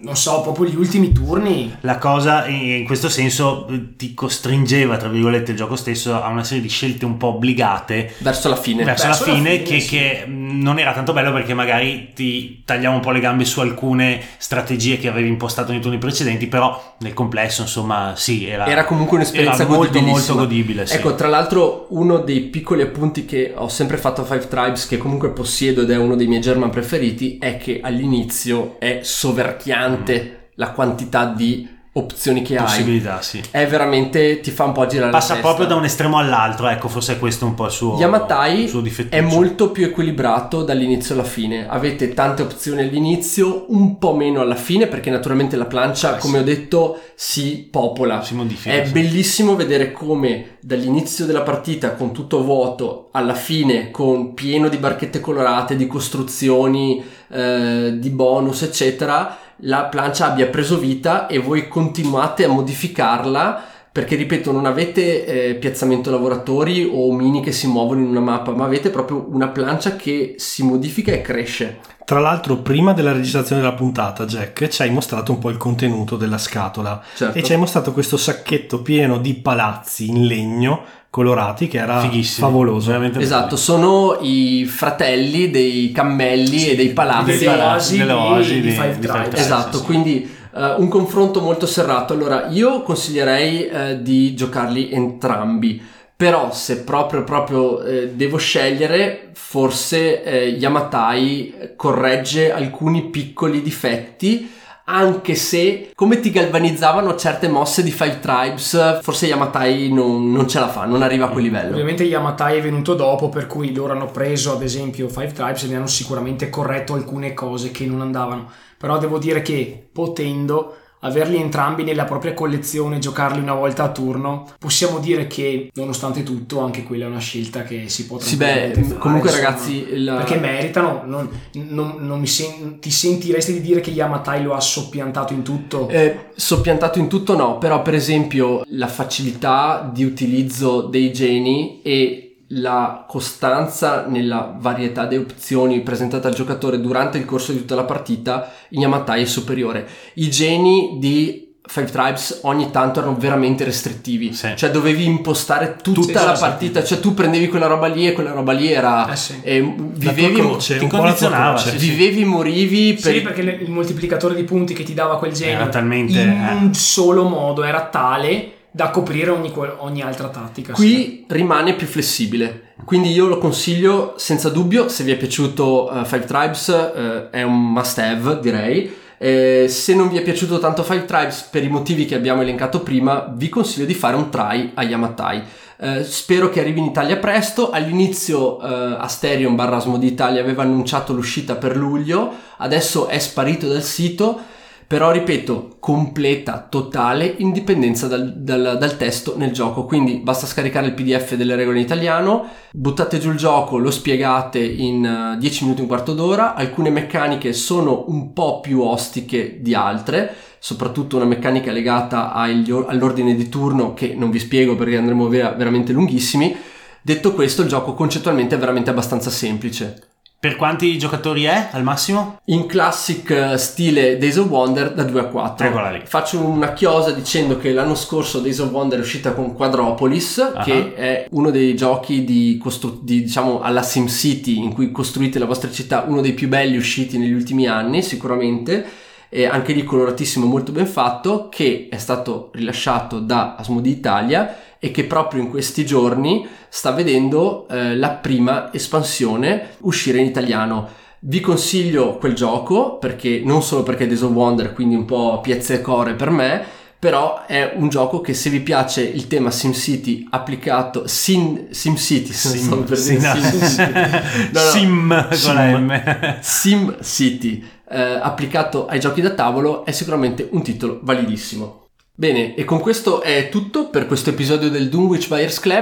non so, proprio gli ultimi turni. La cosa in questo senso ti costringeva, tra virgolette, il gioco stesso a una serie di scelte un po' obbligate verso la fine, verso, verso la, fine, la fine che, sì. che non era tanto bello, perché magari ti tagliava un po' le gambe su alcune strategie che avevi impostato nei turni precedenti, però nel complesso insomma sì, era, era comunque un'esperienza era molto godibilissima. molto godibile, sì. Ecco, tra l'altro uno dei piccoli appunti che ho sempre fatto a Five Tribes, che comunque possiedo ed è uno dei miei German preferiti, è che all'inizio è soverchiante mm. la quantità di opzioni che possibilità, hai. Sì. È veramente, ti fa un po' girare passa la testa. proprio da un estremo all'altro, ecco, forse è questo un po' il suo Yamatai suo difettuccio. è molto più equilibrato dall'inizio alla fine, avete tante opzioni all'inizio, un po' meno alla fine, perché naturalmente la plancia, eh, come sì. ho detto, si popola, si modifica, è sì. bellissimo vedere come dall'inizio della partita con tutto vuoto alla fine con pieno di barchette colorate, di costruzioni, eh, di bonus eccetera, la plancia abbia preso vita e voi continuate a modificarla, perché ripeto, non avete eh, piazzamento lavoratori o omini che si muovono in una mappa, ma avete proprio una plancia che si modifica e cresce. Tra l'altro, prima della registrazione della puntata, Jack, ci hai mostrato un po' il contenuto della scatola. Certo. E ci hai mostrato questo sacchetto pieno di palazzi in legno colorati che era fighissimo, favoloso, veramente esatto, bello. Sono i fratelli dei cammelli sì, e dei palazzi, delle oasi, delle oasi di, di, di Five di Tribes. Five esatto, sì. quindi uh, un confronto molto serrato. Allora io consiglierei uh, di giocarli entrambi, però se proprio proprio eh, devo scegliere, forse eh, Yamatai corregge alcuni piccoli difetti, anche se come ti galvanizzavano certe mosse di Five Tribes, forse Yamatai non, non ce la fa, non arriva a quel livello. Ovviamente Yamatai è venuto dopo, per cui loro hanno preso ad esempio Five Tribes e ne hanno sicuramente corretto alcune cose che non andavano, però devo dire che potendo averli entrambi nella propria collezione, giocarli una volta a turno, possiamo dire che nonostante tutto anche quella è una scelta che si può sì, tranquillamente beh, fare, comunque insomma, ragazzi la... perché meritano. Non, non, non mi sen- ti sentiresti di dire che Yamatai lo ha soppiantato in tutto? Eh, soppiantato in tutto no, però per esempio la facilità di utilizzo dei geni e la costanza nella varietà di opzioni presentate al giocatore durante il corso di tutta la partita in Yamatai è superiore. I geni di Five Tribes ogni tanto erano veramente restrittivi, sì. Cioè dovevi impostare tutta sì, la sì, partita, sì. Cioè tu prendevi quella roba lì e quella roba lì era eh sì. e vivevi, croce, ti condizionava, sì, vivevi, morivi per... sì, perché il moltiplicatore di punti che ti dava quel genio talmente, in eh. un solo modo era tale da coprire ogni, ogni altra tattica. Qui sì. rimane più flessibile, quindi io lo consiglio senza dubbio. Se vi è piaciuto uh, Five Tribes uh, è un must have, direi. Eh, se non vi è piaciuto tanto Five Tribes per i motivi che abbiamo elencato prima, vi consiglio di fare un try a Yamatai. Eh, spero che arrivi in Italia presto. All'inizio eh, Asterion barra Asmodee Italia aveva annunciato l'uscita per luglio, adesso è sparito dal sito. Però ripeto, completa, totale indipendenza dal, dal, dal testo nel gioco, quindi basta scaricare il P D F delle regole in italiano, buttate giù il gioco, lo spiegate in dieci minuti, un quarto d'ora. Alcune meccaniche sono un po' più ostiche di altre, soprattutto una meccanica legata agli, all'ordine di turno che non vi spiego perché andremo vera, veramente lunghissimi. Detto questo, il gioco concettualmente è veramente abbastanza semplice. Per quanti giocatori è al massimo? In classic stile Days of Wonder da due a quattro. Faccio una chiosa dicendo che l'anno scorso Days of Wonder è uscita con Quadropolis, uh-huh. che è uno dei giochi di, costru- di diciamo alla SimCity in cui costruite la vostra città, uno dei più belli usciti negli ultimi anni sicuramente, e anche lì coloratissimo, molto ben fatto, che è stato rilasciato da Asmodee Italia e che proprio in questi giorni sta vedendo eh, la prima espansione uscire in italiano. Vi consiglio quel gioco, perché non solo perché è Days of Wonder, quindi un po' piezza e core per me, però è un gioco che se vi piace il tema SimCity applicato Sim SimCity Sim, so per sì, dire, no. Sim, no, no. Sim con la M SimCity eh, applicato ai giochi da tavolo è sicuramente un titolo validissimo. Bene, e con questo è tutto per questo episodio del Dunwich Buyers Club.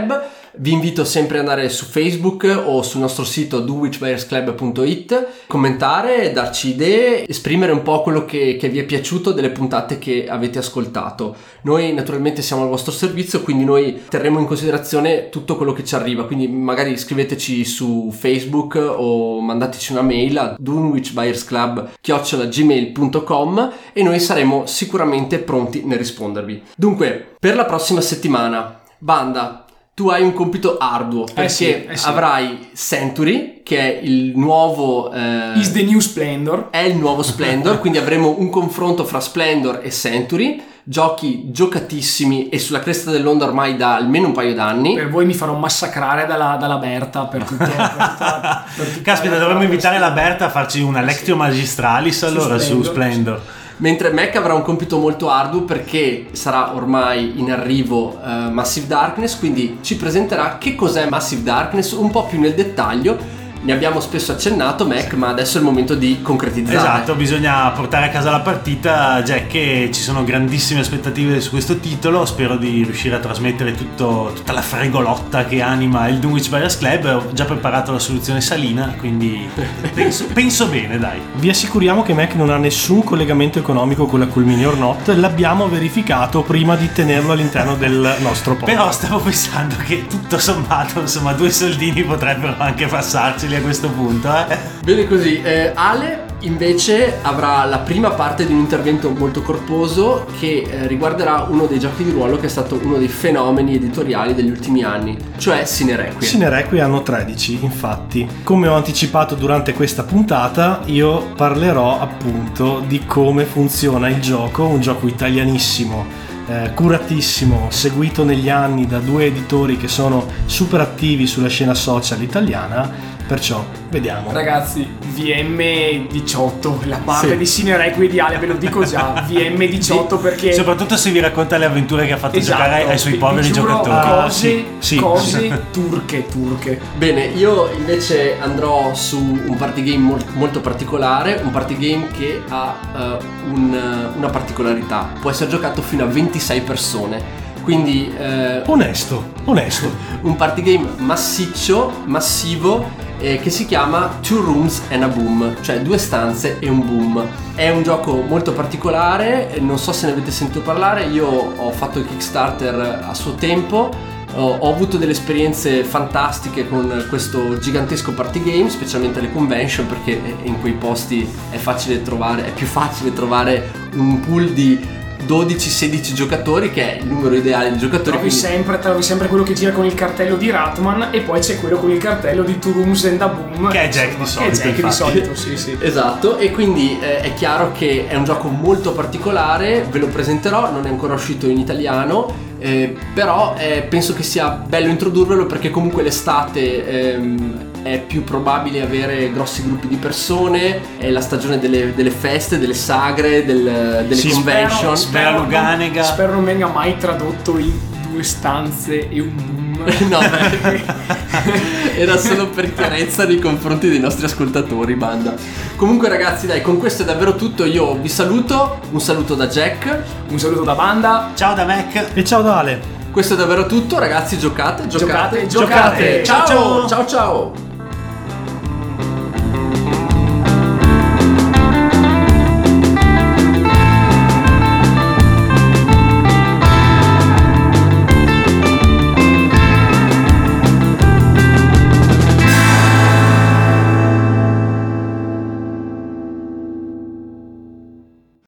Vi invito sempre ad andare su Facebook o sul nostro sito dunwich buyers club punto it, commentare, darci idee, esprimere un po' quello che, che vi è piaciuto delle puntate che avete ascoltato. Noi naturalmente siamo al vostro servizio, quindi noi terremo in considerazione tutto quello che ci arriva, quindi magari scriveteci su Facebook o mandateci una mail a dunwich buyers club chiocciola gmail punto com e noi saremo sicuramente pronti nel rispondervi. Dunque, per la prossima settimana, banda, tu hai un compito arduo perché eh sì, eh sì. avrai Century, che è il nuovo eh, is the new Splendor, è il nuovo Splendor, quindi avremo un confronto fra Splendor e Century, giochi giocatissimi e sulla cresta dell'onda ormai da almeno un paio d'anni. Per voi mi farò massacrare dalla, dalla Berta per tutto, per tutta, per tutta Caspita, dovremmo invitare la Berta a farci una lectio magistralis allora su Splendor, su Splendor. Mentre Mac avrà un compito molto arduo perché sarà ormai in arrivo uh, Massive Darkness, quindi ci presenterà che cos'è Massive Darkness un po' più nel dettaglio. Ne abbiamo spesso accennato, Mac, ma adesso è il momento di concretizzare. Esatto, bisogna portare a casa la partita. Jack, che ci sono grandissime aspettative su questo titolo. Spero di riuscire a trasmettere tutto, tutta la fregolotta che anima il Dunwich Buyers Club. Ho già preparato la soluzione salina, quindi penso, penso bene, dai. Vi assicuriamo che Mac non ha nessun collegamento economico con la Cool Mini or Not. L'abbiamo verificato prima di tenerlo all'interno del nostro podcast. Però stavo pensando che tutto sommato, insomma, due soldini potrebbero anche passarci a questo punto, eh? Bene così. eh, Ale invece avrà la prima parte di un intervento molto corposo che eh, riguarderà uno dei giochi di ruolo che è stato uno dei fenomeni editoriali degli ultimi anni, cioè Sine Requiem. Sine Requiem anno tredici, infatti. Come ho anticipato durante questa puntata, io parlerò appunto di come funziona il gioco, un gioco italianissimo, Eh, curatissimo, seguito negli anni da due editori che sono super attivi sulla scena social italiana, perciò vediamo. Ragazzi, V M diciotto, la parte Sì. di Sine Requiem di Ale, ve lo dico già, V M diciotto perché soprattutto se vi racconta le avventure che ha fatto esatto, giocare ai suoi vi poveri giuro, giocatori. cose, Ah, sì, sì. cose turche, turche. Bene, io invece andrò su un party game mol- molto particolare, un party game che ha uh, un, una particolarità, può essere giocato fino a ventisei persone, quindi eh, Onesto, onesto. un party game massiccio, massivo, eh, che si chiama Two Rooms and a Boom, cioè due stanze e un boom. È un gioco molto particolare, non so se ne avete sentito parlare, io ho fatto il Kickstarter a suo tempo, ho, ho avuto delle esperienze fantastiche con questo gigantesco party game, specialmente alle convention, perché in quei posti è facile trovare, è più facile trovare un pool di dodici sedici giocatori, che è il numero ideale di giocatori. Trovi, quindi... sempre, trovi sempre quello che gira con il cartello di Ratman e poi c'è quello con il cartello di Two Rooms and a Boom, Che è Jack di solito, che è Jack di infatti. solito, sì sì. Esatto, e quindi eh, è chiaro che è un gioco molto particolare, ve lo presenterò, non è ancora uscito in italiano, eh, però eh, penso che sia bello introdurvelo perché comunque l'estate ehm, è più probabile avere grossi gruppi di persone, è la stagione delle, delle feste, delle sagre, del, delle Sì, convention. spero- non- Luganega. Spero non venga mai tradotto in due stanze e un boom. No, beh, era solo per chiarezza nei confronti dei nostri ascoltatori, banda. Comunque ragazzi, dai, con questo è davvero tutto. Io vi saluto, un saluto da Jack, Un saluto da Banda. Ciao da Mac. E ciao da Ale. questo è davvero tutto. Ragazzi, giocate, giocate, Giocate, giocate. Ciao, Ciao, ciao. ciao, ciao.